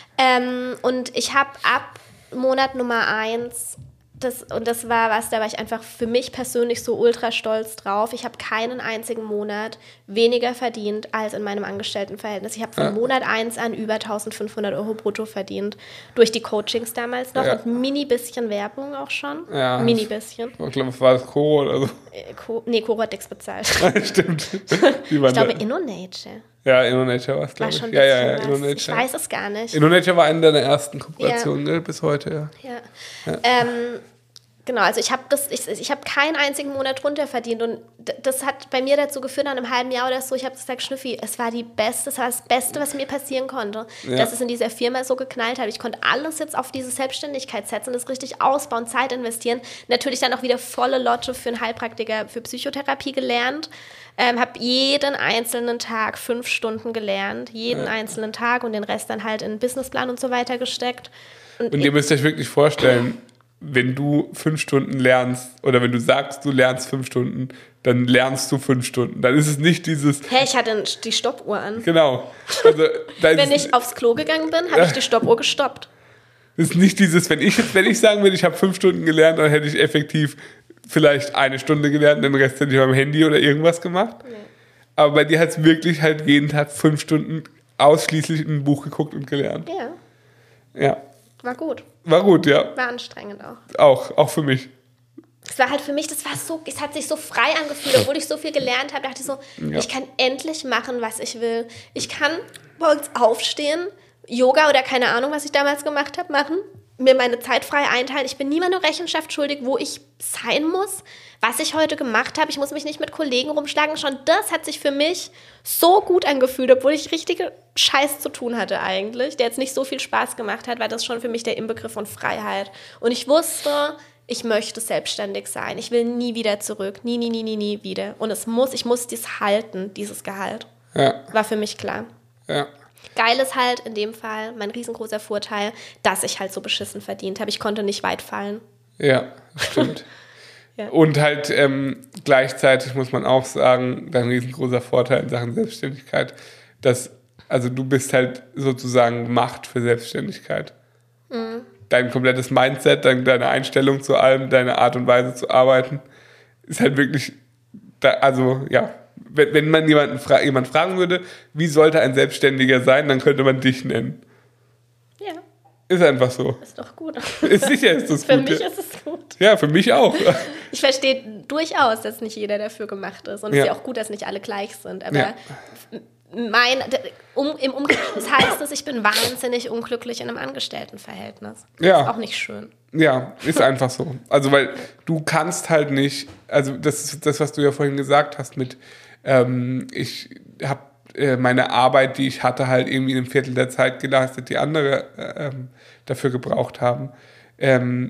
Ähm, und ich habe ab Monat Nummer eins, das, und das war was, da war ich einfach für mich persönlich so ultra stolz drauf. Ich habe keinen einzigen Monat weniger verdient als in meinem Angestelltenverhältnis. Ich habe von Ja. Monat eins an über eintausendfünfhundert Euro brutto verdient. Durch die Coachings damals noch Ja. und ein mini bisschen Werbung auch schon. Ja. Mini bisschen. Ich glaube, was war das, Koro oder so? Äh, Co- nee, Coro hat nichts bezahlt. Stimmt. Die waren Ich glaube, da. InnoNature. Ja, InnoNature war es, War glaube schon ich. ein Ja, ja, bisschen ja, was. Ich InnoNature. weiß es gar nicht. InnoNature war eine deiner ersten Kooperationen, gell, bis heute, ja. Ja. Ähm, genau, also ich habe das, ich, ich habe keinen einzigen Monat drunter verdient und d- das hat bei mir dazu geführt, nach einem halben Jahr oder so, ich habe gesagt, Schnüffi, es war die beste, es war das Beste, was mir passieren konnte, Ja. dass es in dieser Firma so geknallt hat. Ich konnte alles jetzt auf diese Selbstständigkeit setzen, das richtig ausbauen, Zeit investieren. Natürlich dann auch wieder volle Lotte für einen Heilpraktiker für Psychotherapie gelernt. Ähm, habe jeden einzelnen Tag fünf Stunden gelernt, jeden Ja. einzelnen Tag und den Rest dann halt in einen Businessplan und so weiter gesteckt. Und, Und ihr müsst euch wirklich vorstellen, wenn du fünf Stunden lernst oder wenn du sagst, du lernst fünf Stunden, dann lernst du fünf Stunden. Dann ist es nicht dieses, Hä, ich hatte die Stoppuhr an. genau. Also, da ist Wenn es, ich aufs Klo gegangen bin, habe ich die Stoppuhr gestoppt. ist nicht dieses, wenn ich jetzt, wenn ich sagen würde, ich habe fünf Stunden gelernt, dann hätte ich effektiv vielleicht eine Stunde gelernt und den Rest hätte ich beim Handy oder irgendwas gemacht. Nee. Aber bei dir hat es wirklich halt jeden Tag fünf Stunden ausschließlich in ein Buch geguckt und gelernt. Ja, Ja. war gut. War gut, ja. War anstrengend auch. Auch, auch für mich. Es war halt für mich, das war so, es hat sich so frei angefühlt, obwohl ich so viel gelernt habe, dachte ich so, Ja. ich kann endlich machen, was ich will. Ich kann morgens aufstehen, Yoga oder keine Ahnung, was ich damals gemacht habe, machen, mir meine Zeit frei einteilen. Ich bin niemandem Rechenschaft schuldig, wo ich sein muss, was ich heute gemacht habe. Ich muss mich nicht mit Kollegen rumschlagen. Schon das hat sich für mich so gut angefühlt, obwohl ich richtige Scheiß zu tun hatte eigentlich, der jetzt nicht so viel Spaß gemacht hat, war das schon für mich der Inbegriff von Freiheit. Und ich wusste, ich möchte selbstständig sein. Ich will nie wieder zurück. Nie, nie, nie, nie, nie wieder. Und es muss, ich muss dies halten, dieses Gehalt. Ja, War für mich klar. ja. Geil ist halt in dem Fall mein riesengroßer Vorteil, dass ich halt so beschissen verdient habe. Ich konnte nicht weit fallen. Ja, stimmt. Ja. Und halt ähm, gleichzeitig muss man auch sagen, dein riesengroßer Vorteil in Sachen Selbstständigkeit, dass, also du bist halt sozusagen gemacht für Selbstständigkeit. Mhm. Dein komplettes Mindset, dein, deine Einstellung zu allem, deine Art und Weise zu arbeiten, ist halt wirklich, da, also ja, wenn, wenn man jemanden fra- jemand fragen würde, wie sollte ein Selbstständiger sein, dann könnte man dich nennen. Ja, Ist einfach so. ist doch gut. Ist sicher, ist das Für gut. mich ist es gut. Ja, für mich auch. Ich verstehe durchaus, dass nicht jeder dafür gemacht ist. Und es Ja. ist ja auch gut, dass nicht alle gleich sind. Aber Ja. f- mein, um, im Umkehrschluss heißt es, ich bin wahnsinnig unglücklich in einem Angestelltenverhältnis. Das Ja. ist auch nicht schön. Ja, ist einfach so. Also, weil du kannst halt nicht, also das ist das, was du ja vorhin gesagt hast mit, ähm, ich habe äh, meine Arbeit, die ich hatte, halt irgendwie in einem Viertel der Zeit geleistet, die andere ähm, dafür gebraucht haben. Ähm,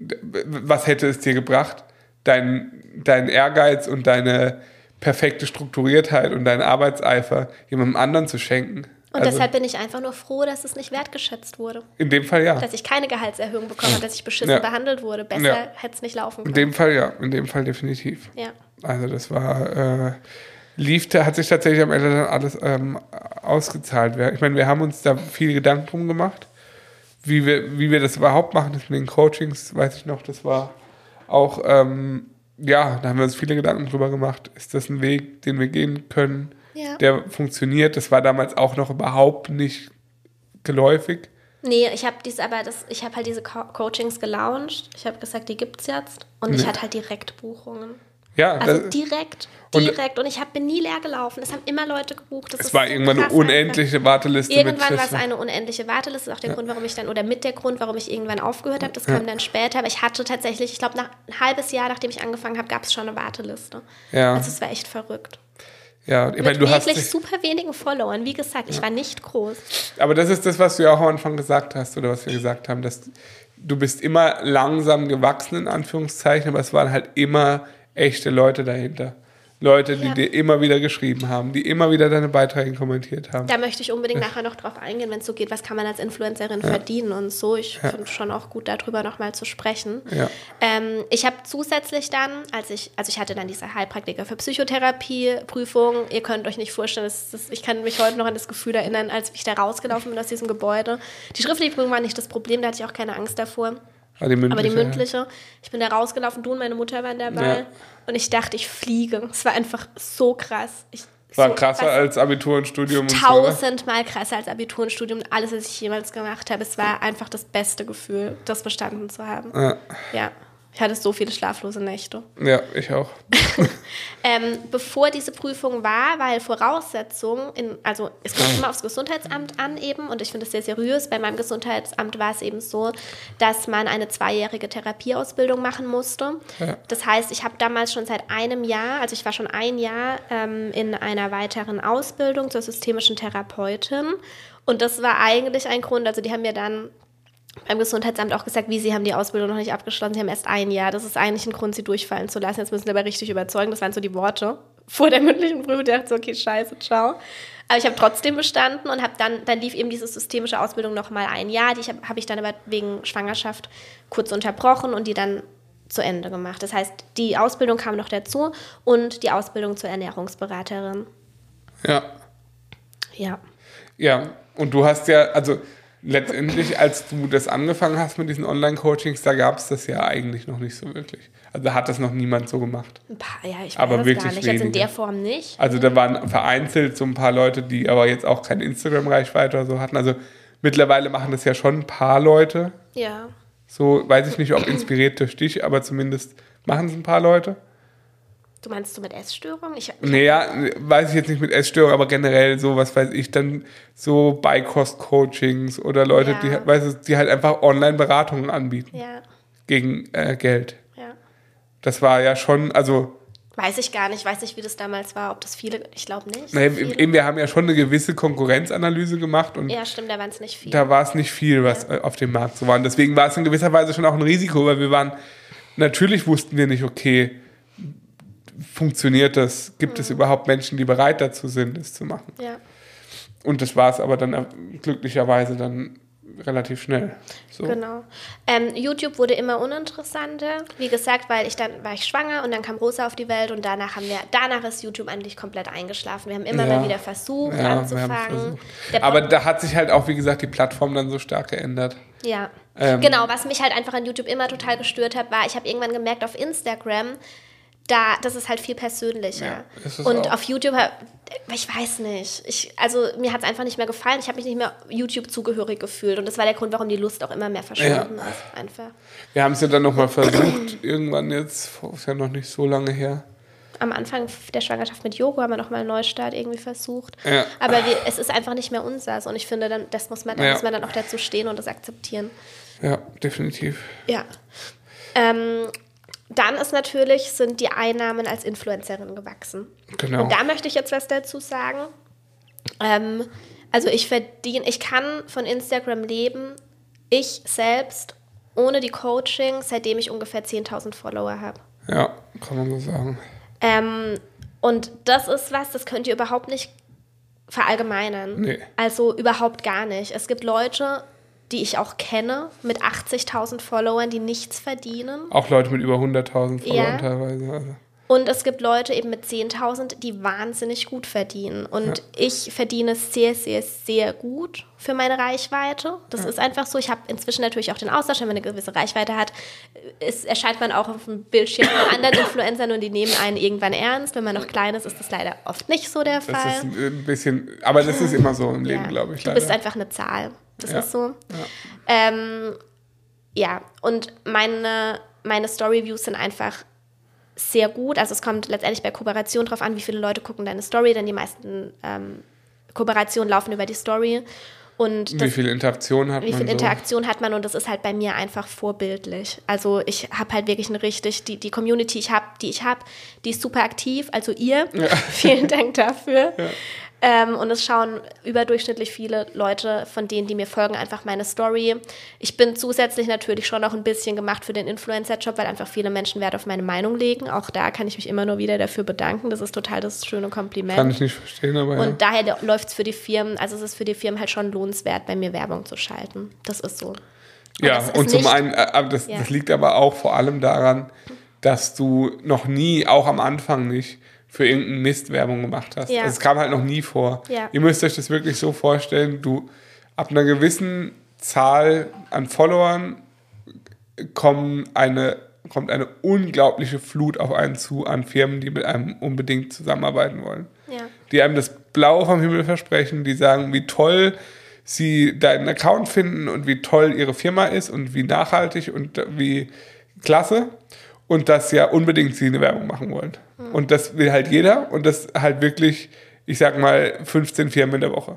was hätte es dir gebracht? Dein, dein Ehrgeiz und deine perfekte Strukturiertheit und dein Arbeitseifer jemandem anderen zu schenken. Und Also, deshalb bin ich einfach nur froh, dass es nicht wertgeschätzt wurde. in dem Fall ja. Dass ich keine Gehaltserhöhung bekommen habe, dass ich beschissen Ja. behandelt wurde. Besser Ja. hätte es nicht laufen In können. dem Fall ja, in dem Fall definitiv. Ja. Also das war, äh, lief, hat sich tatsächlich am Ende dann alles ähm, ausgezahlt. Ich meine, wir haben uns da viel Gedanken drum gemacht, wie wir, wie wir das überhaupt machen, das mit den Coachings, weiß ich noch, das war auch, ähm, ja, da haben wir uns viele Gedanken drüber gemacht. Ist das ein Weg, den wir gehen können, Ja. der funktioniert? Das war damals auch noch überhaupt nicht geläufig. Nee, ich habe dies aber das, ich habe halt diese Co- Coachings gelauncht. Ich habe gesagt, die gibt's jetzt. Und ich Ja. hatte halt direkt Buchungen. Ja, Also das, direkt, und- direkt. Und, ich hab, bin nie leer gelaufen. Es haben immer Leute gebucht. Das es ist war so irgendwann eine krass unendliche Warteliste. einfach. Irgendwann mit war es eine unendliche Warteliste. Das ist auch der Grund, warum ich dann, oder mit der Grund, warum ich irgendwann aufgehört habe. Das Ja. kam dann später. Aber ich hatte tatsächlich, ich glaube, nach ein halbes Jahr, nachdem ich angefangen habe, gab es schon eine Warteliste. Ja. Also es war echt verrückt. Ja, ich Mit meine, du hast wirklich dich, super wenigen Followern. Wie gesagt, ich war nicht groß. aber das ist das, was du ja auch am Anfang gesagt hast oder was wir gesagt haben, dass du bist immer langsam gewachsen, in Anführungszeichen, aber es waren halt immer echte Leute dahinter. Leute, die Ja. dir immer wieder geschrieben haben, die immer wieder deine Beiträge kommentiert haben. Da möchte ich unbedingt nachher noch drauf eingehen, wenn es so geht, was kann man als Influencerin verdienen und so. Ich finde schon auch gut, darüber nochmal zu sprechen. Ja. Ähm, ich habe zusätzlich dann, als ich, also ich hatte dann diese Heilpraktiker für Psychotherapie-Prüfung. Ihr könnt euch nicht vorstellen, das, das, ich kann mich heute noch an das Gefühl erinnern, als ich da rausgelaufen bin aus diesem Gebäude. Die schriftliche Prüfung war nicht das Problem, da hatte ich auch keine Angst davor. Aber die mündliche, Aber die mündliche, ich bin da rausgelaufen, du und meine Mutter waren dabei. Ja. Und ich dachte, ich fliege. Es war einfach so krass. Ich, war so, krasser weißt du, als Abitur und Studium und so. Ne? tausendmal krasser als Abitur und Studium. Alles, was ich jemals gemacht habe. Es war einfach das beste Gefühl, das bestanden zu haben. Ja. Ja, ich hatte so viele schlaflose Nächte. Ja, ich auch. Ähm, bevor diese Prüfung war, weil Voraussetzung, in, also es kommt immer aufs Gesundheitsamt an eben und ich finde es sehr seriös. Bei meinem Gesundheitsamt war es eben so, dass man eine zweijährige Therapieausbildung machen musste. Ja. Das heißt, ich habe damals schon seit einem Jahr, also ich war schon ein Jahr ähm, in einer weiteren Ausbildung zur systemischen Therapeutin und das war eigentlich ein Grund, also die haben mir dann beim Gesundheitsamt auch gesagt, wie, sie haben die Ausbildung noch nicht abgeschlossen, sie haben erst ein Jahr. Das ist eigentlich ein Grund, sie durchfallen zu lassen. Jetzt müssen sie aber richtig überzeugen. Das waren so die Worte vor der mündlichen Prüfung. Ich dachte so, okay, scheiße, ciao. Aber ich habe trotzdem bestanden und habe dann, dann lief eben diese systemische Ausbildung noch mal ein Jahr. Die habe hab ich dann aber wegen Schwangerschaft kurz unterbrochen und die dann zu Ende gemacht. Das heißt, die Ausbildung kam noch dazu und die Ausbildung zur Ernährungsberaterin. Ja. Ja. Ja, und du hast ja, also letztendlich, als du das angefangen hast mit diesen Online-Coachings, da gab es das ja eigentlich noch nicht so wirklich. Also da hat das noch niemand so gemacht. Ein paar, ja, ich weiß Aber das wirklich gar nicht. Also in wenige. der Form nicht. Also da waren vereinzelt so ein paar Leute, die aber jetzt auch keine Instagram-Reichweite oder so hatten. Also mittlerweile machen das ja schon ein paar Leute. Ja. So, weiß ich nicht, ob inspiriert durch dich, aber zumindest machen es ein paar Leute. Du meinst du mit Essstörung? Ich, ich Naja, weiß ich jetzt nicht mit Essstörung, aber generell so, was weiß ich, dann so Beikost-Coachings oder Leute, Ja. die, weißt du, die halt einfach Online-Beratungen anbieten Ja, gegen äh, Geld. ja. Das war ja schon, also, Weiß ich gar nicht. Weiß nicht, wie das damals war. Ob das viele, ich glaube nicht. naja, Viele? eben, wir haben ja schon eine gewisse Konkurrenzanalyse gemacht und Ja, stimmt, da waren es nicht viele. da war es nicht viel, was äh, auf dem Markt so war. Und deswegen war es in gewisser Weise schon auch ein Risiko, weil wir waren, natürlich wussten wir nicht, okay, funktioniert das? Gibt Mhm. es überhaupt Menschen, die bereit dazu sind, das zu machen? Ja. Und das war es aber dann äh, glücklicherweise dann relativ schnell. So. Genau. Ähm, YouTube wurde immer uninteressanter. Wie gesagt, weil ich dann war ich schwanger und dann kam Rosa auf die Welt und danach haben wir, danach ist YouTube eigentlich komplett eingeschlafen. Wir haben immer Ja. mal wieder versucht Ja, wir haben anzufangen. versucht. Der Aber Pro- da hat sich halt auch, wie gesagt, die Plattform dann so stark geändert. Ja, Ähm, genau. Was mich halt einfach an YouTube immer total gestört hat, war, ich habe irgendwann gemerkt, auf Instagram, da, das ist halt viel persönlicher. Ja, ist es und auch. auf YouTube, ich weiß nicht. Ich, also mir hat es einfach nicht mehr gefallen. Ich habe mich nicht mehr YouTube zugehörig gefühlt. Und das war der Grund, warum die Lust auch immer mehr verschwunden Ja. ist. Einfach. Wir haben es ja dann nochmal versucht, irgendwann jetzt, ist ja noch nicht so lange her. am Anfang der Schwangerschaft mit Yoga haben wir nochmal einen Neustart irgendwie versucht. Ja. Aber wir, es ist einfach nicht mehr unseres. Und ich finde, dann, das muss man, da Ja. muss man dann auch dazu stehen und das akzeptieren. Ja, definitiv. Ja. Ähm, dann ist natürlich, sind die Einnahmen als Influencerin gewachsen. Genau. Und da möchte ich jetzt was dazu sagen. Ähm, also ich verdiene, ich kann von Instagram leben, ich selbst, ohne die Coaching, seitdem ich ungefähr zehntausend Follower habe. Ja, kann man so sagen. Ähm, und das ist was, das könnt ihr überhaupt nicht verallgemeinern. Nee. Also überhaupt gar nicht. Es gibt Leute, die ich auch kenne, mit achtzigtausend Followern, die nichts verdienen. Auch Leute mit über hunderttausend Followern Ja. teilweise. Also. Und es gibt Leute eben mit zehntausend, die wahnsinnig gut verdienen. Und Ja. ich verdiene sehr, sehr, sehr gut für meine Reichweite. Das ist einfach so. Ich habe inzwischen natürlich auch den Austausch, wenn man eine gewisse Reichweite hat, es erscheint man auch auf dem Bildschirm von anderen Influencern und die nehmen einen irgendwann ernst. Wenn man noch klein ist, ist das leider oft nicht so der Das Fall. ist ein bisschen, aber das ist immer so im Leben, Ja. glaube ich. Du Leider. bist einfach eine Zahl. Das Ja. ist so. Ja. Ähm, ja, und meine, meine Story-Views sind einfach sehr gut. Also es kommt letztendlich bei Kooperation drauf an, wie viele Leute gucken deine Story, denn die meisten ähm, Kooperationen laufen über die Story. Und Wie das, viel Interaktion hat wie man viel so? Interaktion hat man und das ist halt bei mir einfach vorbildlich. Also ich habe halt wirklich eine richtig, die, die Community, ich hab, die ich habe, die ist super aktiv, also ihr, vielen Dank dafür. Ja. Ähm, und es schauen überdurchschnittlich viele Leute von denen, die mir folgen, einfach meine Story. Ich bin zusätzlich natürlich schon noch ein bisschen gemacht für den Influencer-Job, weil einfach viele Menschen Wert auf meine Meinung legen. Auch da kann ich mich immer nur wieder dafür bedanken. Das ist total das schöne Kompliment. Kann ich nicht verstehen, aber ja. Und daher läuft es für die Firmen, also es ist für die Firmen halt schon lohnenswert, bei mir Werbung zu schalten. Das ist so. Ja, das ist und zum nicht- einen, äh, aber das, Ja. das liegt aber auch vor allem daran, dass du noch nie, auch am Anfang nicht, für irgendeinen Mist Werbung gemacht hast. Ja. Also es kam halt noch nie vor. Ja. Ihr müsst euch das wirklich so vorstellen, du ab einer gewissen Zahl an Followern kommen eine, kommt eine unglaubliche Flut auf einen zu an Firmen, die mit einem unbedingt zusammenarbeiten wollen. Ja. Die einem das Blaue vom Himmel versprechen, die sagen, wie toll sie deinen Account finden und wie toll ihre Firma ist und wie nachhaltig und wie klasse und dass ja unbedingt sie eine Werbung machen wollen. Mhm. Und das will halt jeder und das halt wirklich, ich sag mal, fünfzehn Firmen in der Woche.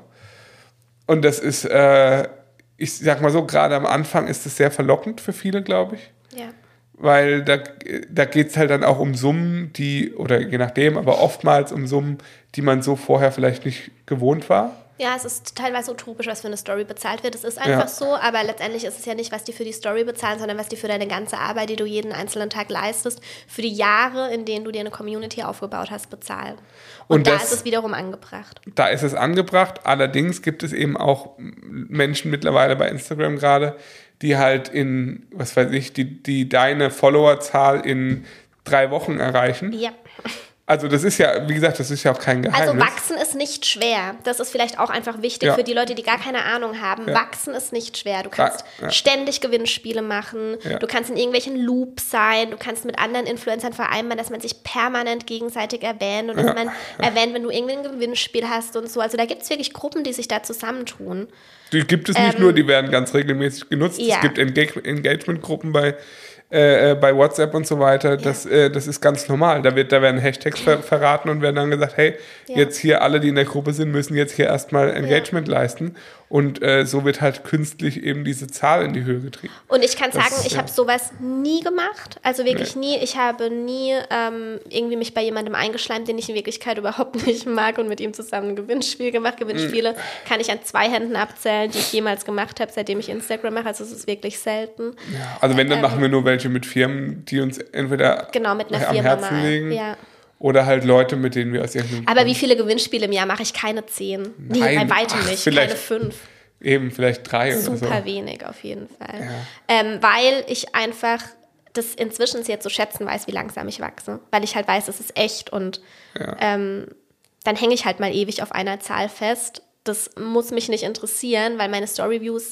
Und das ist, äh, ich sag mal so, gerade am Anfang ist es sehr verlockend für viele, glaube ich. Ja. Weil da, da geht es halt dann auch um Summen, die, oder je nachdem, aber oftmals um Summen, die man so vorher vielleicht nicht gewohnt war. Ja, es ist teilweise utopisch, was für eine Story bezahlt wird. Es ist einfach Ja. so, aber letztendlich ist es ja nicht, was die für die Story bezahlen, sondern was die für deine ganze Arbeit, die du jeden einzelnen Tag leistest, für die Jahre, in denen du dir eine Community aufgebaut hast, bezahlen. Und, Und da das- ist es wiederum angebracht. Da ist es angebracht. Allerdings gibt es eben auch Menschen mittlerweile bei Instagram gerade, die halt in, was weiß ich, die, die deine Followerzahl in drei Wochen erreichen. Ja. Also das ist ja, wie gesagt, das ist ja auch kein Geheimnis. Also wachsen ist nicht schwer. Das ist vielleicht auch einfach wichtig Ja. für die Leute, die gar keine Ahnung haben. Ja. Wachsen ist nicht schwer. Du kannst Ja. ständig Gewinnspiele machen. Ja. Du kannst in irgendwelchen Loops sein. Du kannst mit anderen Influencern vereinbaren, dass man sich permanent gegenseitig erwähnt und dass Ja. man erwähnt, wenn du irgendwie ein Gewinnspiel hast und so. Also da gibt es wirklich Gruppen, die sich da zusammentun. Die gibt es nicht nur, die werden ganz regelmäßig genutzt. ja. Es gibt Engage- Engagement-Gruppen bei, äh, bei WhatsApp und so weiter. Das, äh, das ist ganz normal. Da, wird, da werden Hashtags ver verraten und werden dann gesagt, hey, Ja. jetzt hier alle, die in der Gruppe sind, müssen jetzt hier erstmal Engagement leisten. Und äh, so wird halt künstlich eben diese Zahl in die Höhe getrieben. Und ich kann Das- sagen, ich ja. habe sowas nie gemacht. Also wirklich nie. Ich habe nie ähm, irgendwie mich bei jemandem eingeschleimt, den ich in Wirklichkeit überhaupt nicht mag und mit ihm zusammen ein Gewinnspiel gemacht. Gewinnspiele Mhm. kann ich an zwei Händen abzählen, die ich jemals gemacht habe, seitdem ich Instagram mache. Also es ist wirklich selten. Ja, also wenn, dann Ähm, machen wir nur welche mit Firmen, die uns entweder Genau, mit einer am Firma Herzen mal. legen Ja. oder halt Leute, mit denen wir aus irgendeinem Aber wie viele Gewinnspiele im Jahr mache ich? Keine zehn. Nee, Nein, bei weitem ach, nicht. vielleicht Keine fünf. eben vielleicht drei oder Super so. wenig auf jeden Fall. Ähm, weil ich einfach das inzwischen jetzt so schätzen weiß, wie langsam ich wachse. Weil ich halt weiß, es ist echt und Ja. ähm, dann hänge ich halt mal ewig auf einer Zahl fest. Das muss mich nicht interessieren, weil meine Storyviews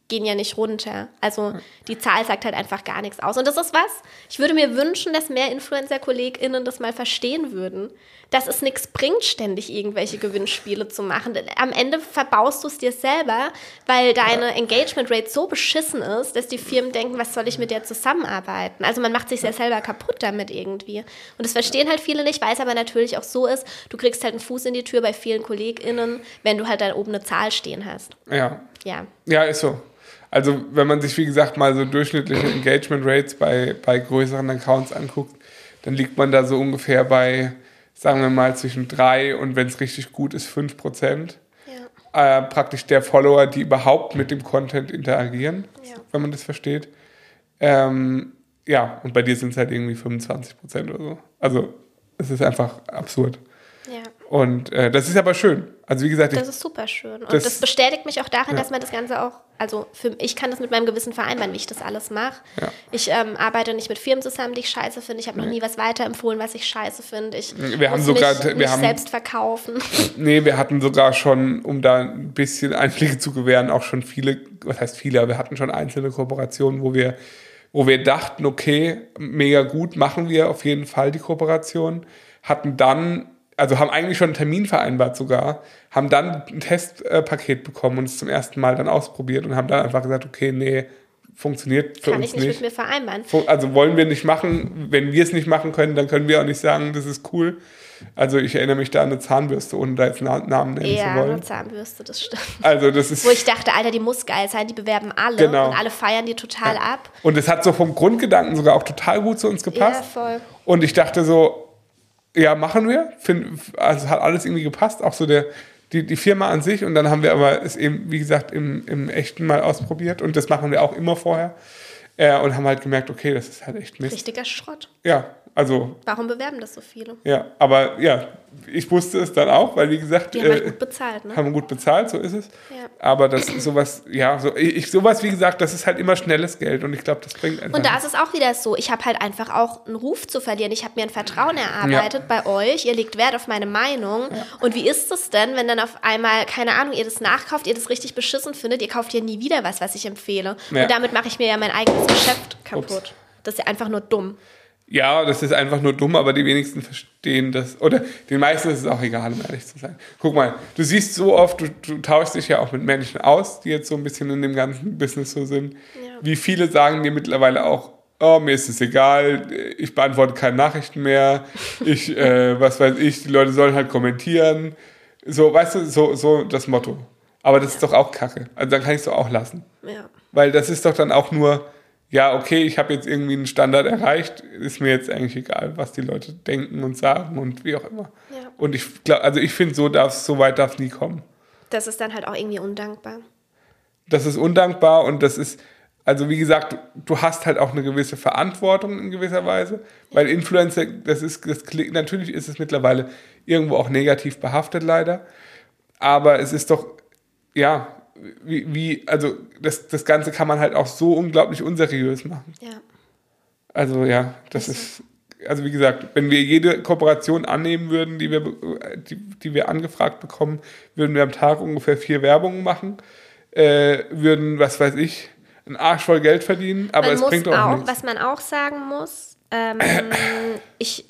gehen ja nicht runter. Also die Zahl sagt halt einfach gar nichts aus. Und das ist was, ich würde mir wünschen, dass mehr Influencer-KollegInnen das mal verstehen würden, dass es nichts bringt, ständig irgendwelche Gewinnspiele zu machen. Am Ende verbaust du es dir selber, weil deine Engagement-Rate so beschissen ist, dass die Firmen denken, was soll ich mit der zusammenarbeiten? Also man macht sich ja selber kaputt damit irgendwie. Und das verstehen halt viele nicht, weil es aber natürlich auch so ist, du kriegst halt einen Fuß in die Tür bei vielen KollegInnen, wenn du halt da oben eine Zahl stehen hast. Ja. Ja. Ja, ist so. Also wenn man sich, wie gesagt, mal so durchschnittliche Engagement Rates bei, bei größeren Accounts anguckt, dann liegt man da so ungefähr bei, sagen wir mal, zwischen drei und wenn es richtig gut ist, fünf Prozent. Ja. Äh, praktisch der Follower, die überhaupt mit dem Content interagieren, ja. wenn man das versteht. Ähm, ja, und bei dir sind es halt irgendwie fünfundzwanzig Prozent oder so. Also es ist einfach absurd. Ja. Und äh, das ist aber schön. Also wie gesagt, ich, das ist super schön. Und das, das bestätigt mich auch darin, ja. dass man das Ganze auch, also für, ich kann das mit meinem Gewissen vereinbaren, wie ich das alles mache. Ja. Ich ähm, arbeite nicht mit Firmen zusammen, die ich scheiße finde. Ich habe noch nie was weiterempfohlen, was ich scheiße finde. Ich wir haben muss sogar, mich wir nicht haben, selbst verkaufen. Nee, wir hatten sogar schon, um da ein bisschen Einblicke zu gewähren, auch schon viele, was heißt viele, aber wir hatten schon einzelne Kooperationen, wo wir, wo wir dachten, okay, mega gut, machen wir auf jeden Fall die Kooperation, hatten dann also haben eigentlich schon einen Termin vereinbart sogar, haben dann ein Testpaket bekommen und es zum ersten Mal dann ausprobiert und haben dann einfach gesagt, okay, nee, funktioniert für Kann uns ich nicht, nicht. mit mir vereinbaren. Also wollen wir nicht machen. Wenn wir es nicht machen können, dann können wir auch nicht sagen, das ist cool. Also ich erinnere mich da an eine Zahnbürste, ohne da jetzt einen Namen nennen ja, zu wollen. Ja, eine Zahnbürste, das stimmt. Also das ist, wo ich dachte, Alter, die muss geil sein, die bewerben alle genau. und alle feiern die total ja. ab. Und es hat so vom Grundgedanken sogar auch total gut zu uns gepasst. Ja, voll. Und ich dachte so, ja, machen wir. Find, also hat alles irgendwie gepasst, auch so der, die, die Firma an sich. Und dann haben wir aber es eben, wie gesagt, im, im Echten mal ausprobiert. Und das machen wir auch immer vorher. Äh, und haben halt gemerkt, okay, das ist halt echt Mist. Richtiger Schrott. Ja, also... Warum bewerben das so viele? Ja, aber ja, ich wusste es dann auch, weil wie gesagt... Die haben halt äh, gut bezahlt, ne? Haben gut bezahlt, so ist es. Ja. Aber das sowas, ja, so, ich, sowas, wie gesagt, das ist halt immer schnelles Geld und ich glaube, das bringt einfach... Und da ist es auch wieder so, ich habe halt einfach auch einen Ruf zu verlieren. Ich habe mir ein Vertrauen erarbeitet ja. bei euch, ihr legt Wert auf meine Meinung. Ja. Und wie ist es denn, wenn dann auf einmal, keine Ahnung, ihr das nachkauft, ihr das richtig beschissen findet, ihr kauft ja nie wieder was, was ich empfehle. Ja. Und damit mache ich mir ja mein eigenes Geschäft kaputt. Ups. Das ist ja einfach nur dumm. Ja, das ist einfach nur dumm, aber die wenigsten verstehen das. Oder den meisten ist es auch egal, um ehrlich zu sein. Guck mal, du siehst so oft, du, du tauschst dich ja auch mit Menschen aus, die jetzt so ein bisschen in dem ganzen Business so sind. Ja. Wie viele sagen dir mittlerweile auch, oh, mir ist es egal, ich beantworte keine Nachrichten mehr, ich, äh, was weiß ich, die Leute sollen halt kommentieren. So, weißt du, so, so das Motto. Aber das ist doch auch Kacke. Also dann kann ich es doch auch lassen. Ja. Weil das ist doch dann auch nur... Ja, okay, ich habe jetzt irgendwie einen Standard erreicht, ist mir jetzt eigentlich egal, was die Leute denken und sagen und wie auch immer. Ja. Und ich glaube, also ich finde, so darf's, so weit darf es nie kommen. Das ist dann halt auch irgendwie undankbar. Das ist undankbar und das ist, also wie gesagt, du hast halt auch eine gewisse Verantwortung in gewisser Weise, weil Influencer, das ist, das natürlich ist es mittlerweile irgendwo auch negativ behaftet leider, aber es ist doch, ja, Wie, wie, also das, das Ganze kann man halt auch so unglaublich unseriös machen. Ja. Also ja, das ist, ist also wie gesagt, wenn wir jede Kooperation annehmen würden, die wir, die, die wir angefragt bekommen, würden wir am Tag ungefähr vier Werbungen machen, äh, würden, was weiß ich, einen Arsch voll Geld verdienen, aber man es muss bringt auch, auch nichts. Was man auch sagen muss, ähm, ich...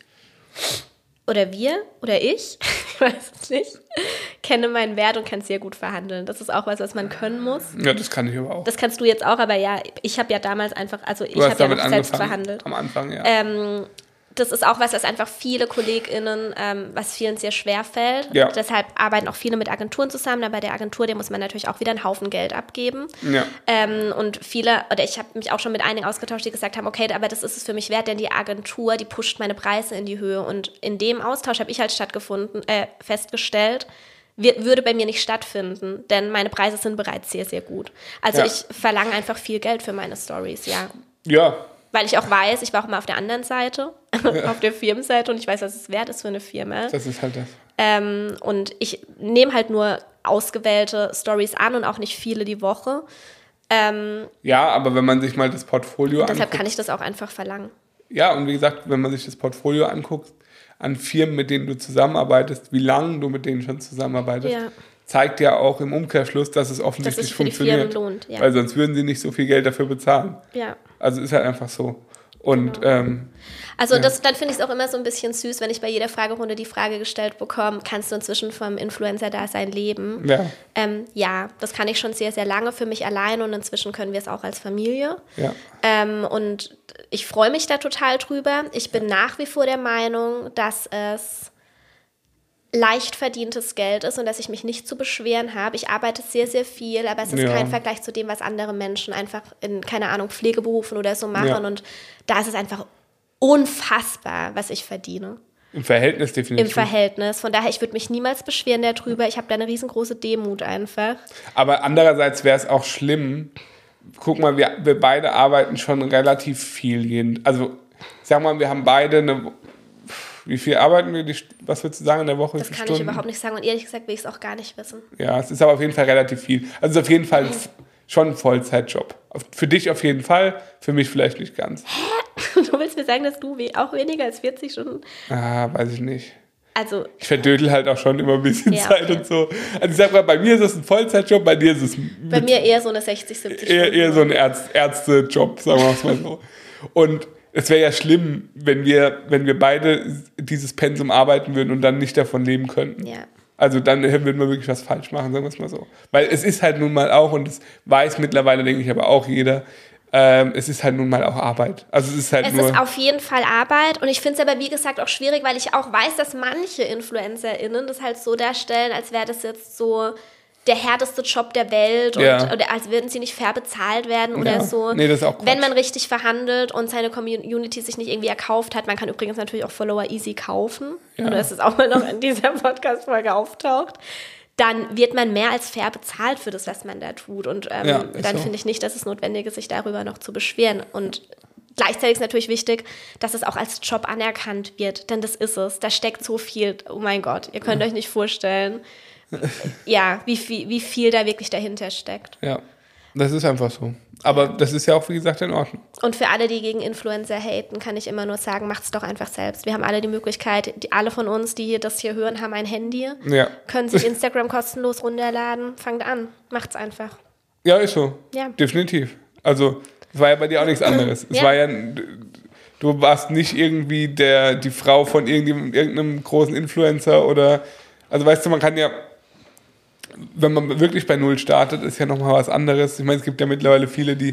Oder wir, oder ich, ich weiß es nicht, kenne meinen Wert und kann sehr gut verhandeln. Das ist auch was, was man können muss. Ja, das kann ich aber auch. Das kannst du jetzt auch, aber ja, ich habe ja damals einfach, also ich habe ja noch selbst verhandelt. Am Anfang, ja. Ähm, das ist auch was, was einfach viele KollegInnen, ähm, was vielen sehr schwer fällt. Ja. Deshalb arbeiten auch viele mit Agenturen zusammen, aber bei der Agentur, der muss man natürlich auch wieder einen Haufen Geld abgeben. Ja. Ähm, und viele, oder ich habe mich auch schon mit einigen ausgetauscht, die gesagt haben, okay, aber das ist es für mich wert, denn die Agentur, die pusht meine Preise in die Höhe. Und in dem Austausch habe ich halt stattgefunden, äh, festgestellt, wir, würde bei mir nicht stattfinden, denn meine Preise sind bereits sehr, sehr gut. Also ja. ich verlange einfach viel Geld für meine Stories, ja. Ja. Weil ich auch weiß, ich war auch immer auf der anderen Seite, ja. auf der Firmenseite und ich weiß, was es wert ist für eine Firma. Das ist halt das. Ähm, und ich nehme halt nur ausgewählte Stories an und auch nicht viele die Woche. Ähm, ja, aber wenn man sich mal das Portfolio deshalb anguckt. kann ich das auch einfach verlangen. Ja, und wie gesagt, wenn man sich das Portfolio anguckt, an Firmen, mit denen du zusammenarbeitest, wie lange du mit denen schon zusammenarbeitest, ja. zeigt ja auch im Umkehrschluss, dass es offensichtlich dass es für funktioniert. Die Firmen lohnt, ja. Weil sonst würden sie nicht so viel Geld dafür bezahlen. Ja. Also ist halt einfach so. Und Genau. ähm, Also ja. das, dann finde ich es auch immer so ein bisschen süß, wenn ich bei jeder Fragerunde die Frage gestellt bekomme, kannst du inzwischen vom Influencer-Dasein leben? Ja. Ähm, ja, das kann ich schon sehr, sehr lange für mich allein und inzwischen können wir es auch als Familie. Ja. Ähm, und ich freue mich da total drüber. Ich bin nach wie vor der Meinung, dass es leicht verdientes Geld ist und dass ich mich nicht zu beschweren habe. Ich arbeite sehr, sehr viel, aber es ist Ja. kein Vergleich zu dem, was andere Menschen einfach in, keine Ahnung, Pflegeberufen oder so machen. Ja. Und da ist es einfach unfassbar, was ich verdiene. Im Verhältnis definitiv. Im Verhältnis. Von daher, ich würde mich niemals beschweren darüber. Ich habe da eine riesengroße Demut einfach. Aber andererseits wäre es auch schlimm. Guck mal, wir, wir beide arbeiten schon relativ viel. Jeden, also, sag mal, wir haben beide eine. Wie viel arbeiten wir? Die, was würdest du sagen in der Woche? Das kann Stunden? ich überhaupt nicht sagen. Und ehrlich gesagt will ich es auch gar nicht wissen. Ja, es ist aber auf jeden Fall relativ viel. Also, es ist auf jeden Fall schon ein Vollzeitjob. Für dich auf jeden Fall, für mich vielleicht nicht ganz. Du willst mir sagen, dass du we- auch weniger als vierzig Stunden. Ah, weiß ich nicht. Also, Ich verdödel halt auch schon immer ein bisschen Ja, Zeit okay. und so. Also ich sag mal, bei mir ist es ein Vollzeitjob, bei dir ist es bei mir eher so eine sechzig, siebzig eher, Stunden. eher so ein Ärz- Ärztejob, sagen wir es mal so. Und es wäre ja schlimm, wenn wir, wenn wir beide dieses Pensum arbeiten würden und dann nicht davon leben könnten. Ja. Also dann würden wir wirklich was falsch machen, sagen wir es mal so. Weil es ist halt nun mal auch, und das weiß mittlerweile, denke ich, aber auch jeder, ähm, es ist halt nun mal auch Arbeit. Also es ist halt Es nur... ist auf jeden Fall Arbeit und ich finde es aber, wie gesagt, auch schwierig, weil ich auch weiß, dass manche InfluencerInnen das halt so darstellen, als wäre das jetzt so der härteste Job der Welt und Ja. oder als würden sie nicht fair bezahlt werden oder Ja. so. Nee, das ist auch Quatsch. Wenn man richtig verhandelt und seine Community sich nicht irgendwie erkauft hat, man kann übrigens natürlich auch Follower easy kaufen, Ja. oder ist es auch mal noch in dieser Podcast-Folge auftaucht, dann wird man mehr als fair bezahlt für das, was man da tut. Und ähm, Ja, ist dann so. finde ich nicht, dass es notwendig ist, sich darüber noch zu beschweren. Und gleichzeitig ist natürlich wichtig, dass es auch als Job anerkannt wird, denn das ist es. Da steckt so viel, oh mein Gott, ihr könnt euch nicht vorstellen, ja, wie viel, wie viel da wirklich dahinter steckt. Ja, das ist einfach so. Aber das ist ja auch, wie gesagt, in Ordnung. Und für alle, die gegen Influencer haten, kann ich immer nur sagen, macht's doch einfach selbst. Wir haben alle die Möglichkeit, die, alle von uns, die hier das hier hören, haben ein Handy, Ja. können sich Instagram kostenlos runterladen. Fangt an, macht's einfach. Ja, ist so. Ja. Definitiv. Also, es war ja bei dir auch nichts anderes. Es Ja. war ja, du warst nicht irgendwie der, die Frau von irgendeinem, irgendeinem großen Influencer oder, also weißt du, man kann ja, wenn man wirklich bei Null startet, ist ja nochmal was anderes. Ich meine, es gibt ja mittlerweile viele, die,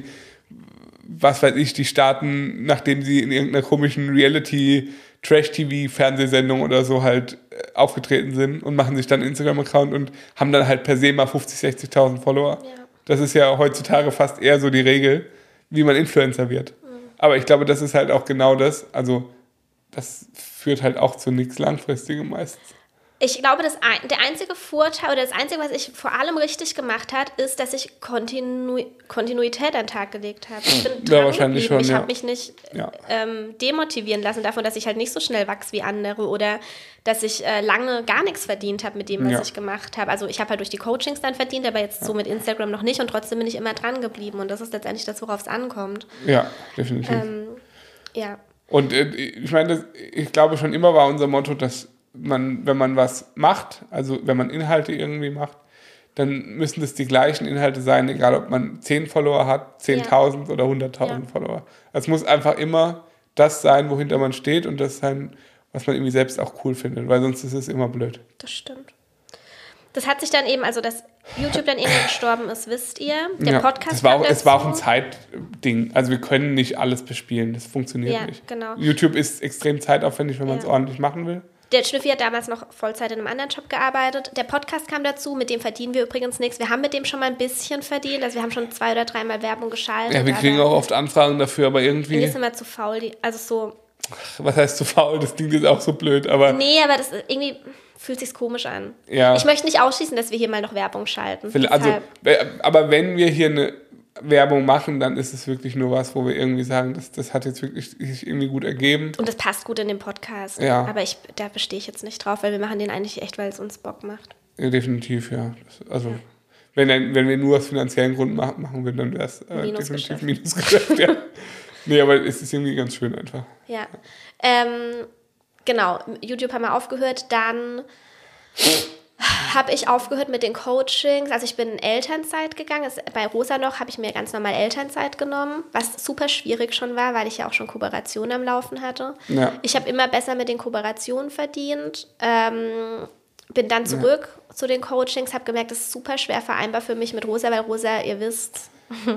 was weiß ich, die starten, nachdem sie in irgendeiner komischen Reality- Trash-T V-Fernsehsendung oder so halt äh, aufgetreten sind und machen sich dann einen Instagram-Account und haben dann halt per se mal fünfzig, sechzigtausend Follower. Ja. Das ist ja heutzutage fast eher so die Regel, wie man Influencer wird. Mhm. Aber ich glaube, das ist halt auch genau das. Also das führt halt auch zu nichts Langfristigem meistens. Ich glaube, das ein, der einzige Vorteil oder das Einzige, was ich vor allem richtig gemacht habe, ist, dass ich Kontinu Kontinuität an den Tag gelegt habe. Ich bin Ja, dran wahrscheinlich geblieben. schon, Ich ja. habe mich nicht Ja. ähm, demotivieren lassen davon, dass ich halt nicht so schnell wachse wie andere oder dass ich äh, lange gar nichts verdient habe mit dem, was Ja. ich gemacht habe. Also ich habe halt durch die Coachings dann verdient, aber jetzt so mit Instagram noch nicht und trotzdem bin ich immer dran geblieben und das ist letztendlich das, worauf es ankommt. Ja, definitiv. Ähm, ja. Und äh, ich meine, das, ich glaube schon immer war unser Motto, dass man, wenn man was macht, also wenn man Inhalte irgendwie macht, dann müssen das die gleichen Inhalte sein, egal ob man zehn Follower hat, zehntausend oder hunderttausend Ja. Follower. Es muss einfach immer das sein, wohinter man steht und das sein, was man irgendwie selbst auch cool findet, weil sonst ist es immer blöd. Das stimmt. Das hat sich dann eben, also dass YouTube dann irgendwann gestorben ist, wisst ihr. Der Ja, Podcast das war kam auch, es war auch ein dazu. Zeitding. Also wir können nicht alles bespielen, das funktioniert Ja, nicht. genau. YouTube ist extrem zeitaufwendig, wenn man es Ja. ordentlich machen will. Der Schnüffi hat damals noch Vollzeit in einem anderen Job gearbeitet. Der Podcast kam dazu, mit dem verdienen wir übrigens nichts. Wir haben mit dem schon mal ein bisschen verdient, also wir haben schon zwei oder dreimal Werbung geschaltet. Ja, wir kriegen aber auch oft Anfragen dafür, aber mir irgendwie, ist immer zu faul, die, also so, was heißt zu faul, das klingt jetzt auch so blöd, aber nee, aber das ist, irgendwie fühlt sich komisch an. Ja. Ich möchte nicht ausschließen, dass wir hier mal noch Werbung schalten. also, Deshalb- aber wenn wir hier eine Werbung machen, dann ist es wirklich nur was, wo wir irgendwie sagen, das, das hat jetzt wirklich sich irgendwie gut ergeben. und das passt gut in den Podcast. Ja. Aber ich, da bestehe ich jetzt nicht drauf, weil wir machen den eigentlich echt, weil es uns Bock macht. Ja, definitiv, ja. Das, also, wenn, ein- wenn wir nur aus finanziellen Gründen ma- machen würden, dann wäre es äh, Minusgeschäft. definitiv Minusgeschäft, ja. Nee, aber es ist irgendwie ganz schön einfach. Ja. Ähm, genau, YouTube haben wir aufgehört. Dann habe ich aufgehört mit den Coachings. Also ich bin in Elternzeit gegangen. Es, bei Rosa noch habe ich mir ganz normal Elternzeit genommen, was super schwierig schon war, weil ich ja auch schon Kooperationen am Laufen hatte. Ja. Ich habe immer besser mit den Kooperationen verdient. Ähm, bin dann zurück ja. zu den Coachings, habe gemerkt, das ist super schwer vereinbar für mich mit Rosa, weil Rosa, ihr wisst,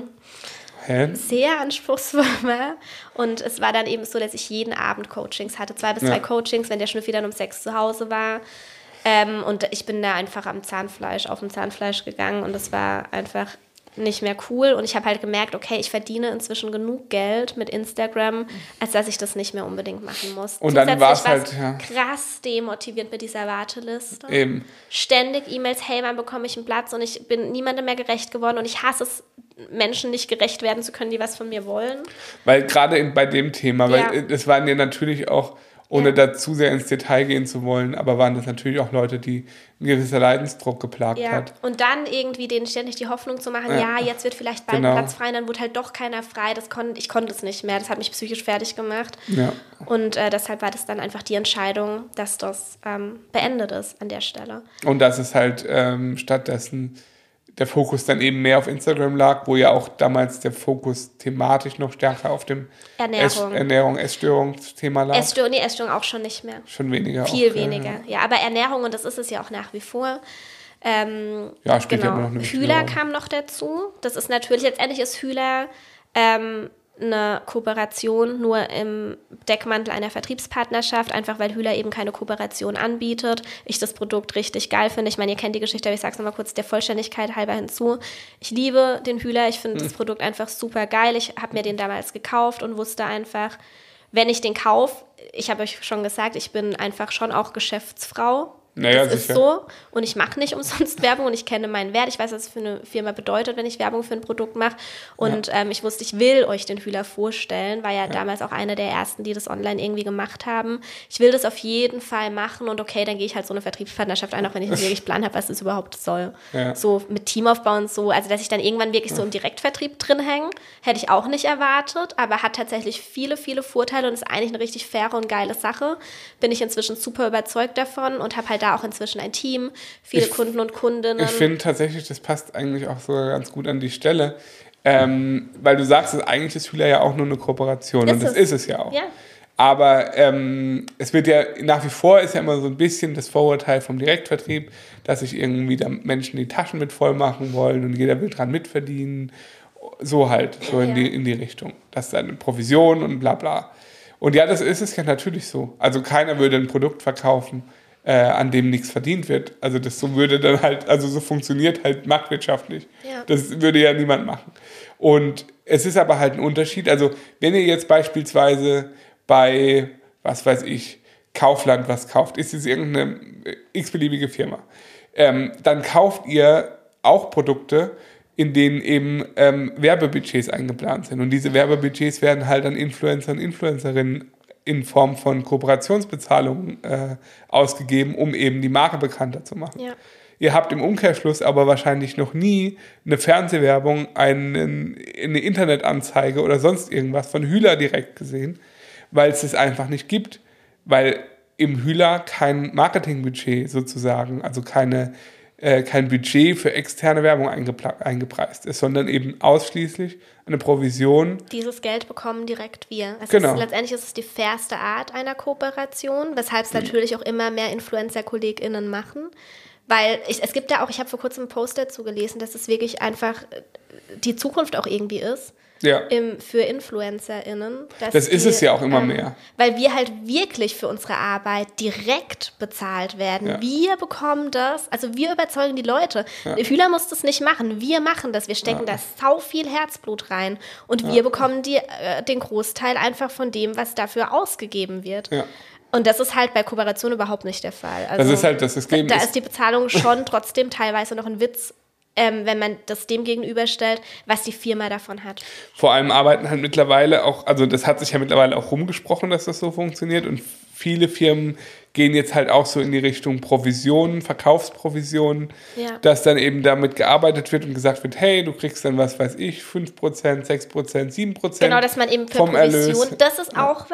sehr anspruchsvoll war. Und es war dann eben so, dass ich jeden Abend Coachings hatte. Zwei bis ja. drei Coachings, wenn der Schnüffi dann um sechs zu Hause war. Ähm, und ich bin da einfach am Zahnfleisch, auf dem Zahnfleisch gegangen. Und das war einfach nicht mehr cool. Und ich habe halt gemerkt, okay, ich verdiene inzwischen genug Geld mit Instagram, als dass ich das nicht mehr unbedingt machen muss. Und dann war es halt ja. krass demotivierend mit dieser Warteliste. Eben. Ständig E-Mails, hey, wann bekomme ich einen Platz? Und ich bin niemandem mehr gerecht geworden. Und ich hasse es, Menschen nicht gerecht werden zu können, die was von mir wollen. Weil gerade bei dem Thema, ja. weil es waren ja natürlich auch, ohne ja. da zu sehr ins Detail gehen zu wollen, aber waren das natürlich auch Leute, die ein gewisser Leidensdruck geplagt ja. hat. Und dann irgendwie denen ständig die Hoffnung zu machen, ja, ja jetzt wird vielleicht bald genau. Platz frei, und dann wurde halt doch keiner frei. Das kon- ich konnte es nicht mehr, das hat mich psychisch fertig gemacht. Ja. Und äh, deshalb war das dann einfach die Entscheidung, dass das ähm, beendet ist an der Stelle. Und dass es halt ähm, stattdessen der Fokus dann eben mehr auf Instagram lag, wo ja auch damals der Fokus thematisch noch stärker auf dem Ernährung, Ess- Ernährung Essstörungsthema lag. Essstörung, nee, Essstörung auch schon nicht mehr. Schon weniger. Viel auch, weniger, ja. ja. Aber Ernährung, und das ist es ja auch nach wie vor. Ähm, ja, spielt genau. ja immer noch eine Hühler kam noch dazu. Das ist natürlich, letztendlich ist Hühler ähm, eine Kooperation nur im Deckmantel einer Vertriebspartnerschaft, einfach weil Hühler eben keine Kooperation anbietet. Ich das Produkt richtig geil finde. Ich meine, ihr kennt die Geschichte, aber ich sage es nochmal kurz der Vollständigkeit halber hinzu. Ich liebe den Hühler, ich finde mhm. das Produkt einfach super geil. Ich habe mir den damals gekauft und wusste einfach, wenn ich den kaufe, ich habe euch schon gesagt, ich bin einfach schon auch Geschäftsfrau. Naja, das sicher. ist so. Und ich mache nicht umsonst Werbung und ich kenne meinen Wert. Ich weiß, was es für eine Firma bedeutet, wenn ich Werbung für ein Produkt mache. Und ja. ähm, ich wusste, ich will euch den Hühler vorstellen. War ja, ja damals auch eine der ersten, die das online irgendwie gemacht haben. Ich will das auf jeden Fall machen. Und okay, dann gehe ich halt so eine Vertriebspartnerschaft ein, auch wenn ich nicht wirklich Plan habe, was das überhaupt soll. Ja. So mit Teamaufbau und so. Also, dass ich dann irgendwann wirklich ja. so im Direktvertrieb drin hänge, hätte ich auch nicht erwartet. Aber hat tatsächlich viele, viele Vorteile und ist eigentlich eine richtig faire und geile Sache. Bin ich inzwischen super überzeugt davon und habe halt da auch inzwischen ein Team, viele ich, Kunden und Kundinnen. Ich finde tatsächlich, das passt eigentlich auch sogar ganz gut an die Stelle, ähm, weil du sagst, dass eigentlich ist Hühler ja auch nur eine Kooperation ist und das es? ist es ja auch. Ja. Aber ähm, es wird ja nach wie vor ist ja immer so ein bisschen das Vorurteil vom Direktvertrieb, dass sich irgendwie da Menschen die Taschen mit voll machen wollen und jeder will dran mitverdienen. So halt, so in, ja. die, in die Richtung. Das ist eine Provision und bla bla. Und ja, das ist es ja natürlich so. Also keiner würde ein Produkt verkaufen, Äh, an dem nichts verdient wird. Also das so würde dann halt, also so funktioniert halt marktwirtschaftlich. Ja. Das würde ja niemand machen. Und es ist aber halt ein Unterschied. Also wenn ihr jetzt beispielsweise bei, was weiß ich, Kaufland was kauft, ist es irgendeine x-beliebige Firma, ähm, dann kauft ihr auch Produkte, in denen eben ähm, Werbebudgets eingeplant sind. Und diese Werbebudgets werden halt an Influencer und Influencerinnen in Form von Kooperationsbezahlungen äh, ausgegeben, um eben die Marke bekannter zu machen. Ja. Ihr habt im Umkehrschluss aber wahrscheinlich noch nie eine Fernsehwerbung, einen, eine Internetanzeige oder sonst irgendwas von Hühler direkt gesehen, weil es es einfach nicht gibt, weil im Hühler kein Marketingbudget sozusagen, also keine Äh, kein Budget für externe Werbung eingepla- eingepreist ist, sondern eben ausschließlich eine Provision. Dieses Geld bekommen direkt wir. Es genau. ist, letztendlich ist es die fairste Art einer Kooperation, weshalb es mhm. natürlich auch immer mehr Influencer-KollegInnen machen. Weil ich, es gibt ja auch, ich habe vor kurzem einen Post dazu gelesen, dass es wirklich einfach die Zukunft auch irgendwie ist. Ja. Im, für InfluencerInnen. Das ist die, es ja auch immer ähm, mehr. Weil wir halt wirklich für unsere Arbeit direkt bezahlt werden. Ja. Wir bekommen das, also wir überzeugen die Leute. Ja. Der Hühler muss das nicht machen, wir machen das. Wir stecken ja. da sau viel Herzblut rein. Und ja. wir bekommen die, äh, den Großteil einfach von dem, was dafür ausgegeben wird. Ja. Und das ist halt bei Kooperation überhaupt nicht der Fall. Also, das ist halt das System. Da, da ist die Bezahlung schon trotzdem teilweise noch ein Witz, Ähm, wenn man das dem gegenüberstellt, was die Firma davon hat. Vor allem arbeiten halt mittlerweile auch, also das hat sich ja mittlerweile auch rumgesprochen, dass das so funktioniert und viele Firmen gehen jetzt halt auch so in die Richtung Provisionen, Verkaufsprovisionen, ja. dass dann eben damit gearbeitet wird und gesagt wird, hey, du kriegst dann, was weiß ich, fünf Prozent, sechs Prozent, sieben Prozent Genau, dass man eben für vom Provision, Erlös. das ist auch was,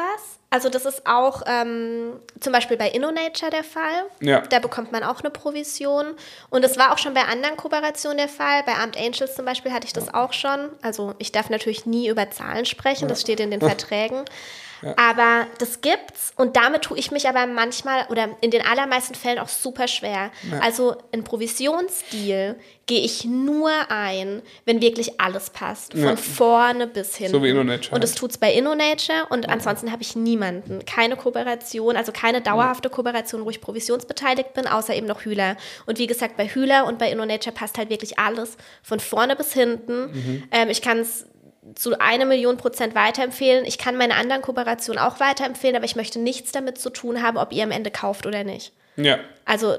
Also das ist auch ähm, zum Beispiel bei InnoNature der Fall. Ja. Da bekommt man auch eine Provision. Und das war auch schon bei anderen Kooperationen der Fall. Bei Armed Angels zum Beispiel hatte ich das auch schon. Also ich darf natürlich nie über Zahlen sprechen, das steht in den Verträgen. Ja. Aber das gibt's und damit tue ich mich aber manchmal oder in den allermeisten Fällen auch super schwer. Ja. Also in Provisionsdeal gehe ich nur ein, wenn wirklich alles passt. Von ja. vorne bis hin. So wie InnoNature. Und das tut's bei InnoNature und ja. ansonsten habe ich niemanden. Keine Kooperation, also keine dauerhafte Kooperation, wo ich provisionsbeteiligt bin, außer eben noch Hühler. Und wie gesagt, bei Hühler und bei InnoNature passt halt wirklich alles. Von vorne bis hinten. Mhm. Ähm, ich kann es zu eine Million Prozent weiterempfehlen. Ich kann meine anderen Kooperationen auch weiterempfehlen, aber ich möchte nichts damit zu tun haben, ob ihr am Ende kauft oder nicht. Ja. Also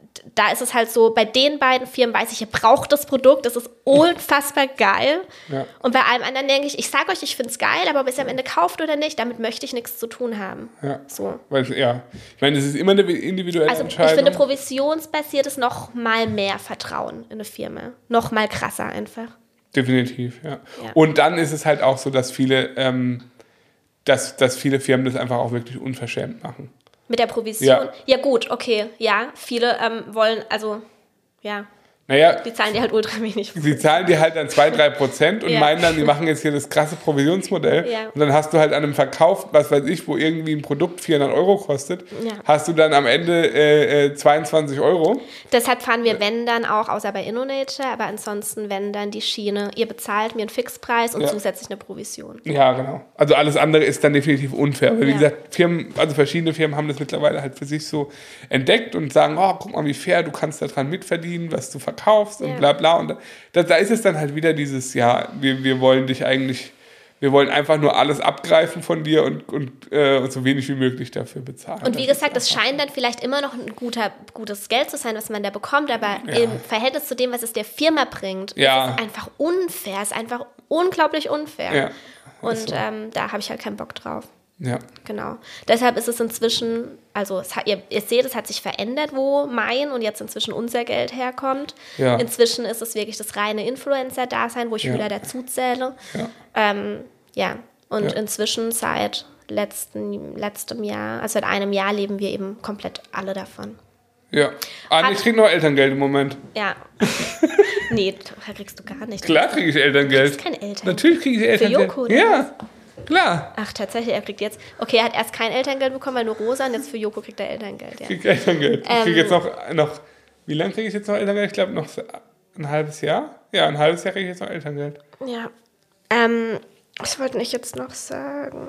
da ist es halt so, bei den beiden Firmen weiß ich, ihr braucht das Produkt, das ist unfassbar geil. Ja. Und bei allem anderen denke ich, ich sage euch, ich finde es geil, aber ob ihr es am Ende kauft oder nicht, damit möchte ich nichts zu tun haben. Ja. So. Weil, ja. Ich meine, das ist immer eine individuelle also, Entscheidung. Ich finde, provisionsbasiert ist noch mal mehr Vertrauen in eine Firma. Noch mal krasser einfach. Definitiv, ja. ja. Und dann ist es halt auch so, dass viele, ähm, dass, dass viele Firmen das einfach auch wirklich unverschämt machen. Mit der Provision? Ja, ja gut, okay, ja. Viele ähm, wollen, also, ja. Naja, die zahlen dir halt ultra wenig. Sie zahlen dir halt dann zwei, drei Prozent und ja. meinen dann, die machen jetzt hier das krasse Provisionsmodell. Ja. Und dann hast du halt an einem Verkauf, was weiß ich, wo irgendwie ein Produkt vierhundert Euro kostet, ja. hast du dann am Ende äh, zweiundzwanzig Euro. Deshalb fahren wir, wenn dann auch, außer bei InnoNature, aber ansonsten, wenn dann die Schiene, ihr bezahlt mir einen Fixpreis und ja. zusätzlich eine Provision. Ja, genau. Also alles andere ist dann definitiv unfair. Weil, wie ja. gesagt, Firmen, also verschiedene Firmen haben das mittlerweile halt für sich so entdeckt und sagen, oh, guck mal, wie fair, du kannst daran mitverdienen, was du verkaufst. kaufst und ja. bla bla. Und da, da ist es dann halt wieder dieses, ja, wir, wir wollen dich eigentlich, wir wollen einfach nur alles abgreifen von dir und, und äh, so wenig wie möglich dafür bezahlen. Und wie gesagt, es scheint dann vielleicht immer noch ein guter, gutes Geld zu sein, was man da bekommt, aber ja. im Verhältnis zu dem, was es der Firma bringt, ja. ist es einfach unfair, ist einfach unglaublich unfair. Ja. Und so. ähm, da habe ich halt keinen Bock drauf. Ja. Genau. Deshalb ist es inzwischen, also es hat, ihr, ihr seht, es hat sich verändert, wo mein und jetzt inzwischen unser Geld herkommt. Ja. Inzwischen ist es wirklich das reine Influencer-Dasein, wo ich ja. wieder dazu zähle. Ja. Ähm, ja. Und ja. inzwischen seit letzten, letztem Jahr, also seit einem Jahr leben wir eben komplett alle davon. Ja. Ah, ich krieg noch Elterngeld im Moment. Ja. Nee, da kriegst du gar nicht. Klar kriege ich Elterngeld. Du kriegst kein Elterngeld. Natürlich kriege ich Elterngeld. Für Joko, ja. Klar. Ach, tatsächlich, er kriegt jetzt, okay, er hat erst kein Elterngeld bekommen, weil nur Rosa und jetzt für Joko kriegt er Elterngeld, ja. Krieg Elterngeld. Ähm, ich kriege jetzt noch, noch, wie lange kriege ich jetzt noch Elterngeld? Ich glaube noch ein halbes Jahr. Ja, ein halbes Jahr kriege ich jetzt noch Elterngeld. Ja. Ähm, was wollte ich jetzt noch sagen?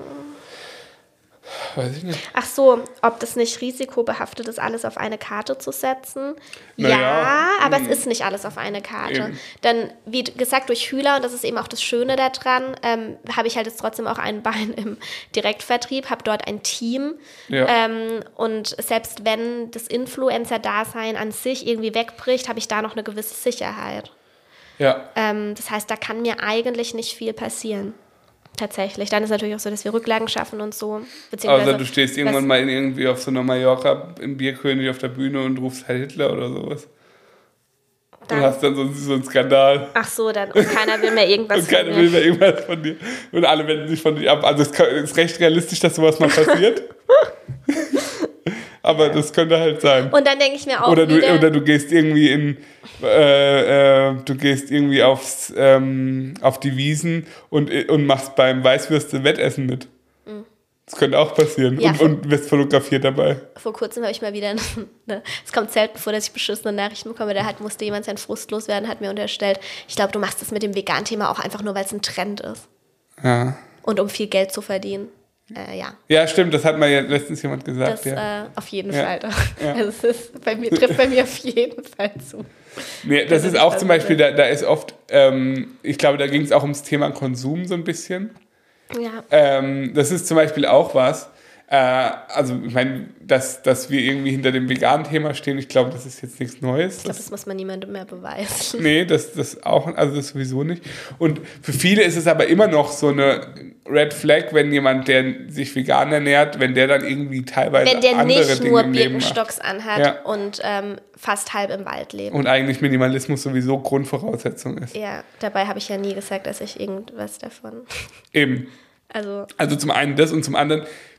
Weiß ich nicht. Ach so, ob das nicht risikobehaftet ist, alles auf eine Karte zu setzen. Naja, ja, aber mh. es ist nicht alles auf eine Karte. Eben. Dann, wie gesagt, durch Hühler, und das ist eben auch das Schöne daran, ähm, habe ich halt jetzt trotzdem auch ein Bein im Direktvertrieb, habe dort ein Team. Ja. Ähm, und selbst wenn das Influencer-Dasein an sich irgendwie wegbricht, habe ich da noch eine gewisse Sicherheit. Ja. Ähm, das heißt, da kann mir eigentlich nicht viel passieren. Tatsächlich. Dann ist es natürlich auch so, dass wir Rücklagen schaffen und so. Außer du stehst irgendwann mal in irgendwie auf so einer Mallorca im Bierkönig auf der Bühne und rufst Heil Hitler oder sowas. Dann und hast dann so, so einen Skandal. Ach so, dann und keiner will mehr irgendwas und keiner will mehr irgendwas von dir. Und alle wenden sich von dir ab. Also es ist recht realistisch, dass sowas mal passiert. Aber das könnte halt sein. Und dann denke ich mir auch oder du, wieder... Oder du gehst irgendwie in... Äh, äh, du gehst irgendwie aufs, ähm, auf die Wiesen und, und machst beim Weißwürste-Wettessen mit. Mhm. Das könnte auch passieren. Ja, und, und wirst fotografiert dabei. Vor kurzem habe ich mal wieder... Eine, eine, es kommt selten vor, dass ich beschissene Nachrichten bekomme. Da hat, musste jemand seinen Frust loswerden, hat mir unterstellt, ich glaube, du machst das mit dem Vegan-Thema auch einfach nur, weil es ein Trend ist. Ja. Und um viel Geld zu verdienen. Äh, ja. Ja, stimmt, das hat mal ja letztens jemand gesagt. Das ja. äh, auf jeden ja. Fall doch. Ja. Also es ist bei mir, trifft bei mir auf jeden Fall zu. Nee, das also ist auch zum Beispiel, da, da ist oft, ähm, ich glaube, da ging es auch ums Thema Konsum so ein bisschen. Ja. Ähm, das ist zum Beispiel auch was, äh, also ich meine, dass, dass wir irgendwie hinter dem veganen Thema stehen, ich glaube, das ist jetzt nichts Neues. Ich glaube, das muss man niemandem mehr beweisen. Nee, das, das auch, also das sowieso nicht. Und für viele ist es aber immer noch so eine Red Flag, wenn jemand, der sich vegan ernährt, wenn der dann irgendwie teilweise wenn der andere nicht Dinge nur im Leben Birkenstocks anhat ja. und ähm, fast halb im Wald lebt. Und eigentlich Minimalismus sowieso Grundvoraussetzung ist. Ja, dabei habe ich ja nie gesagt, dass ich irgendwas davon... Eben. Also, also zum einen das und zum anderen,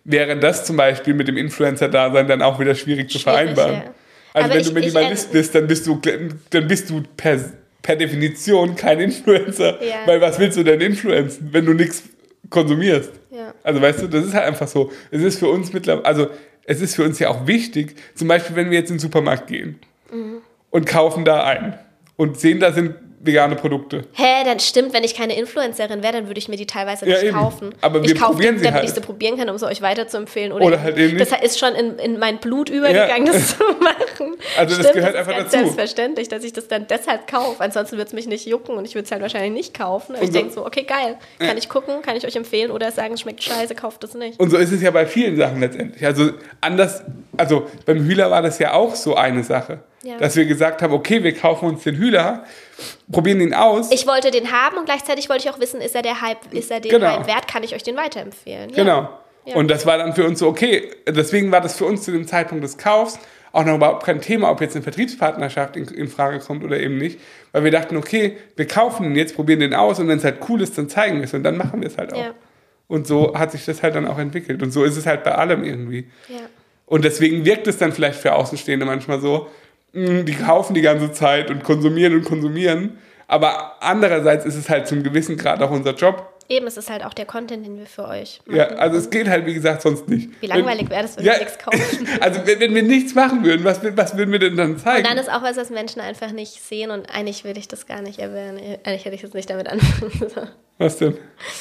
wäre das zum Beispiel mit dem Influencer-Dasein dann auch wieder schwierig, zu Schwierig, vereinbaren. ja. Also Aber wenn ich- du Minimalist ich- bist, dann bist du, dann bist du per, per Definition kein Influencer. Ja. Weil was willst du denn influenzen, wenn du nichts konsumierst? Ja. Also weißt du, das ist halt einfach so. Es ist für uns mittlerweile, also es ist für uns ja auch wichtig, zum Beispiel, wenn wir jetzt in den Supermarkt gehen Mhm. und kaufen da ein und sehen, da sind vegane Produkte. Hä, dann stimmt, wenn ich keine Influencerin wäre, dann würde ich mir die teilweise Ja, nicht eben. kaufen. Aber ich wir kaufe probieren die, sie damit halt. ich sie probieren kann, um sie euch weiterzuempfehlen. Oder, Oder halt eben das nicht. ist schon in, in mein Blut übergegangen, Ja. das zu machen. Also das Stimmt, gehört ist einfach ganz dazu. Selbstverständlich, dass ich das dann deshalb kaufe. Ansonsten würde es mich nicht jucken und ich würde es halt wahrscheinlich nicht kaufen. Aber Und ich so- denke so, okay, geil. Kann Ja. ich gucken, kann ich euch empfehlen oder sagen, es schmeckt scheiße, kauft das nicht. Und so ist es ja bei vielen Sachen letztendlich. Also anders, also beim Hühler war das ja auch so eine Sache. Ja. Dass wir gesagt haben, okay, wir kaufen uns den Hühler, probieren ihn aus. Ich wollte den haben und gleichzeitig wollte ich auch wissen, ist er der Hype, ist er den Genau. Hype wert, kann ich euch den weiterempfehlen. Ja. Genau. Ja. Und das war dann für uns so, okay, deswegen war das für uns zu dem Zeitpunkt des Kaufs auch noch überhaupt kein Thema, ob jetzt eine Vertriebspartnerschaft in, in Frage kommt oder eben nicht. Weil wir dachten, okay, wir kaufen ihn jetzt, probieren den aus und wenn es halt cool ist, dann zeigen wir es und dann machen wir es halt auch. Ja. Und so hat sich das halt dann auch entwickelt. Und so ist es halt bei allem irgendwie. Ja. Und deswegen wirkt es dann vielleicht für Außenstehende manchmal so, mh, die kaufen die ganze Zeit und konsumieren und konsumieren. Aber andererseits ist es halt zum gewissen Grad auch unser Job. Eben, es ist halt auch der Content, den wir für euch machen. Ja, also es geht halt, wie gesagt, sonst nicht. Wie langweilig wäre das, wenn Ja, wir nichts kaufen. Also wenn, wenn wir nichts machen würden, was, was würden wir denn dann zeigen? Und dann ist auch was, was Menschen einfach nicht sehen und eigentlich will ich das gar nicht erwähnen. Eigentlich hätte ich jetzt nicht damit anfangen sollen. Was denn?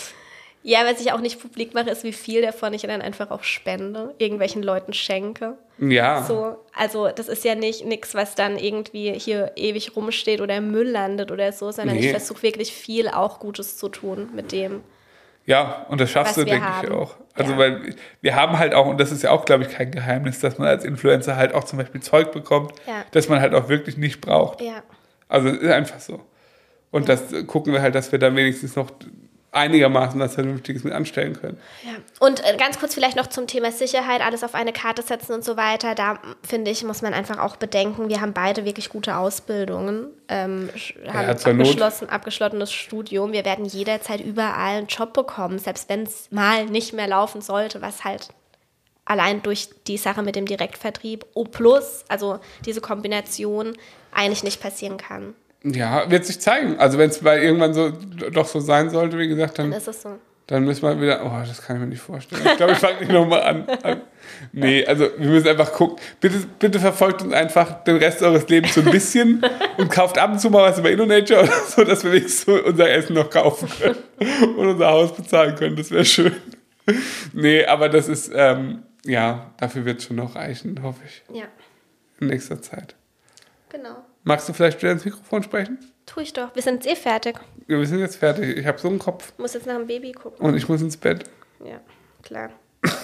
Ja, was ich auch nicht publik mache, ist, wie viel davon ich dann einfach auch spende, irgendwelchen Leuten schenke. Ja, So, also das ist ja nicht nichts, was dann irgendwie hier ewig rumsteht oder im Müll landet oder so, sondern Nee. ich versuche wirklich viel auch Gutes zu tun mit dem. ja, und das schaffst was du, wir denke ich, haben. auch. Also Ja. weil wir haben halt auch, und das ist ja auch, glaube ich, kein Geheimnis, dass man als Influencer halt auch zum Beispiel Zeug bekommt, Ja. das man halt auch wirklich nicht braucht. Ja. Also es ist einfach so. Und das äh, gucken wir halt, dass wir dann wenigstens noch einigermaßen was Vernünftiges mit anstellen können. Ja. Und äh, ganz kurz vielleicht noch zum Thema Sicherheit, alles auf eine Karte setzen und so weiter. Da, finde ich, muss man einfach auch bedenken, wir haben beide wirklich gute Ausbildungen, ähm, sch- haben Ja, zur Not. abgeschlossen, abgeschlossenes Studium. Wir werden jederzeit überall einen Job bekommen, selbst wenn es mal nicht mehr laufen sollte, was halt allein durch die Sache mit dem Direktvertrieb O plus, also diese Kombination, eigentlich nicht passieren kann. Ja, wird sich zeigen. Also wenn es bei irgendwann so doch so sein sollte, wie gesagt, dann, Dann ist es so. dann müssen wir wieder, oh, das kann ich mir nicht vorstellen. Ich glaube, ich fange nicht nochmal an. Nee, also wir müssen einfach gucken. Bitte, bitte verfolgt uns einfach den Rest eures Lebens so ein bisschen und kauft ab und zu mal was über InnoNature oder so, dass wir wenigstens so unser Essen noch kaufen können und unser Haus bezahlen können. Das wäre schön. Nee, aber das ist, ähm, ja, dafür wird es schon noch reichen, hoffe ich, Ja, in nächster Zeit. genau. Magst du vielleicht wieder ins Mikrofon sprechen? Tue ich doch. Wir sind eh fertig. Ja, wir sind jetzt fertig. Ich habe so einen Kopf Ich muss jetzt nach dem Baby gucken. und ich muss ins Bett. Ja, klar.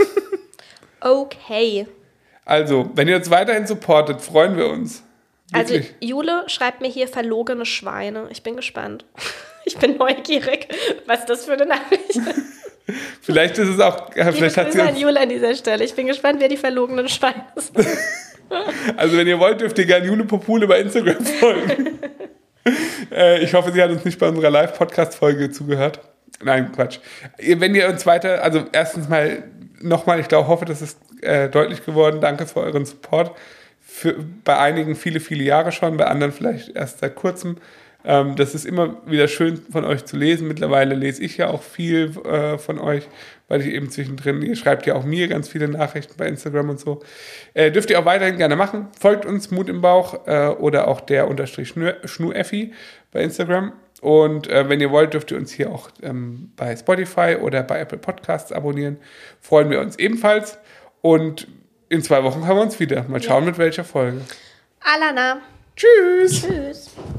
Okay. Also, wenn ihr uns weiterhin supportet, freuen wir uns. Also Wirklich. Jule schreibt mir hier verlogene Schweine. Ich bin gespannt. Ich bin neugierig, was das für eine Nachricht ist. Vielleicht ist es auch, äh, Liebe vielleicht hat sie Grüße an uns, Jule an dieser Stelle. Ich bin gespannt, wer die verlogenen Schweine sind. also wenn ihr wollt, dürft ihr gerne Jule Popule bei Instagram folgen. äh, ich hoffe, sie hat uns nicht bei unserer Live-Podcast-Folge zugehört. Nein, Quatsch. Ihr- Wenn ihr uns weiter, also erstens mal nochmal, ich glaube, hoffe, das ist äh, deutlich geworden. Danke für euren Support. Für, bei einigen viele, viele Jahre schon, bei anderen vielleicht erst seit kurzem. Ähm, das ist immer wieder schön von euch zu lesen. Mittlerweile lese ich ja auch viel äh, von euch, weil ich eben zwischendrin, ihr schreibt ja auch mir ganz viele Nachrichten bei Instagram und so. Äh, dürft ihr auch weiterhin gerne machen. Folgt uns, Mut im Bauch äh, oder auch der unterstrich Schnu-Effi bei Instagram. Und äh, wenn ihr wollt, dürft ihr uns hier auch ähm, bei Spotify oder bei Apple Podcasts abonnieren. Freuen wir uns ebenfalls. Und in zwei Wochen haben wir uns wieder. Mal schauen, mit welcher Folge. Alana. Tschüss! Tschüss.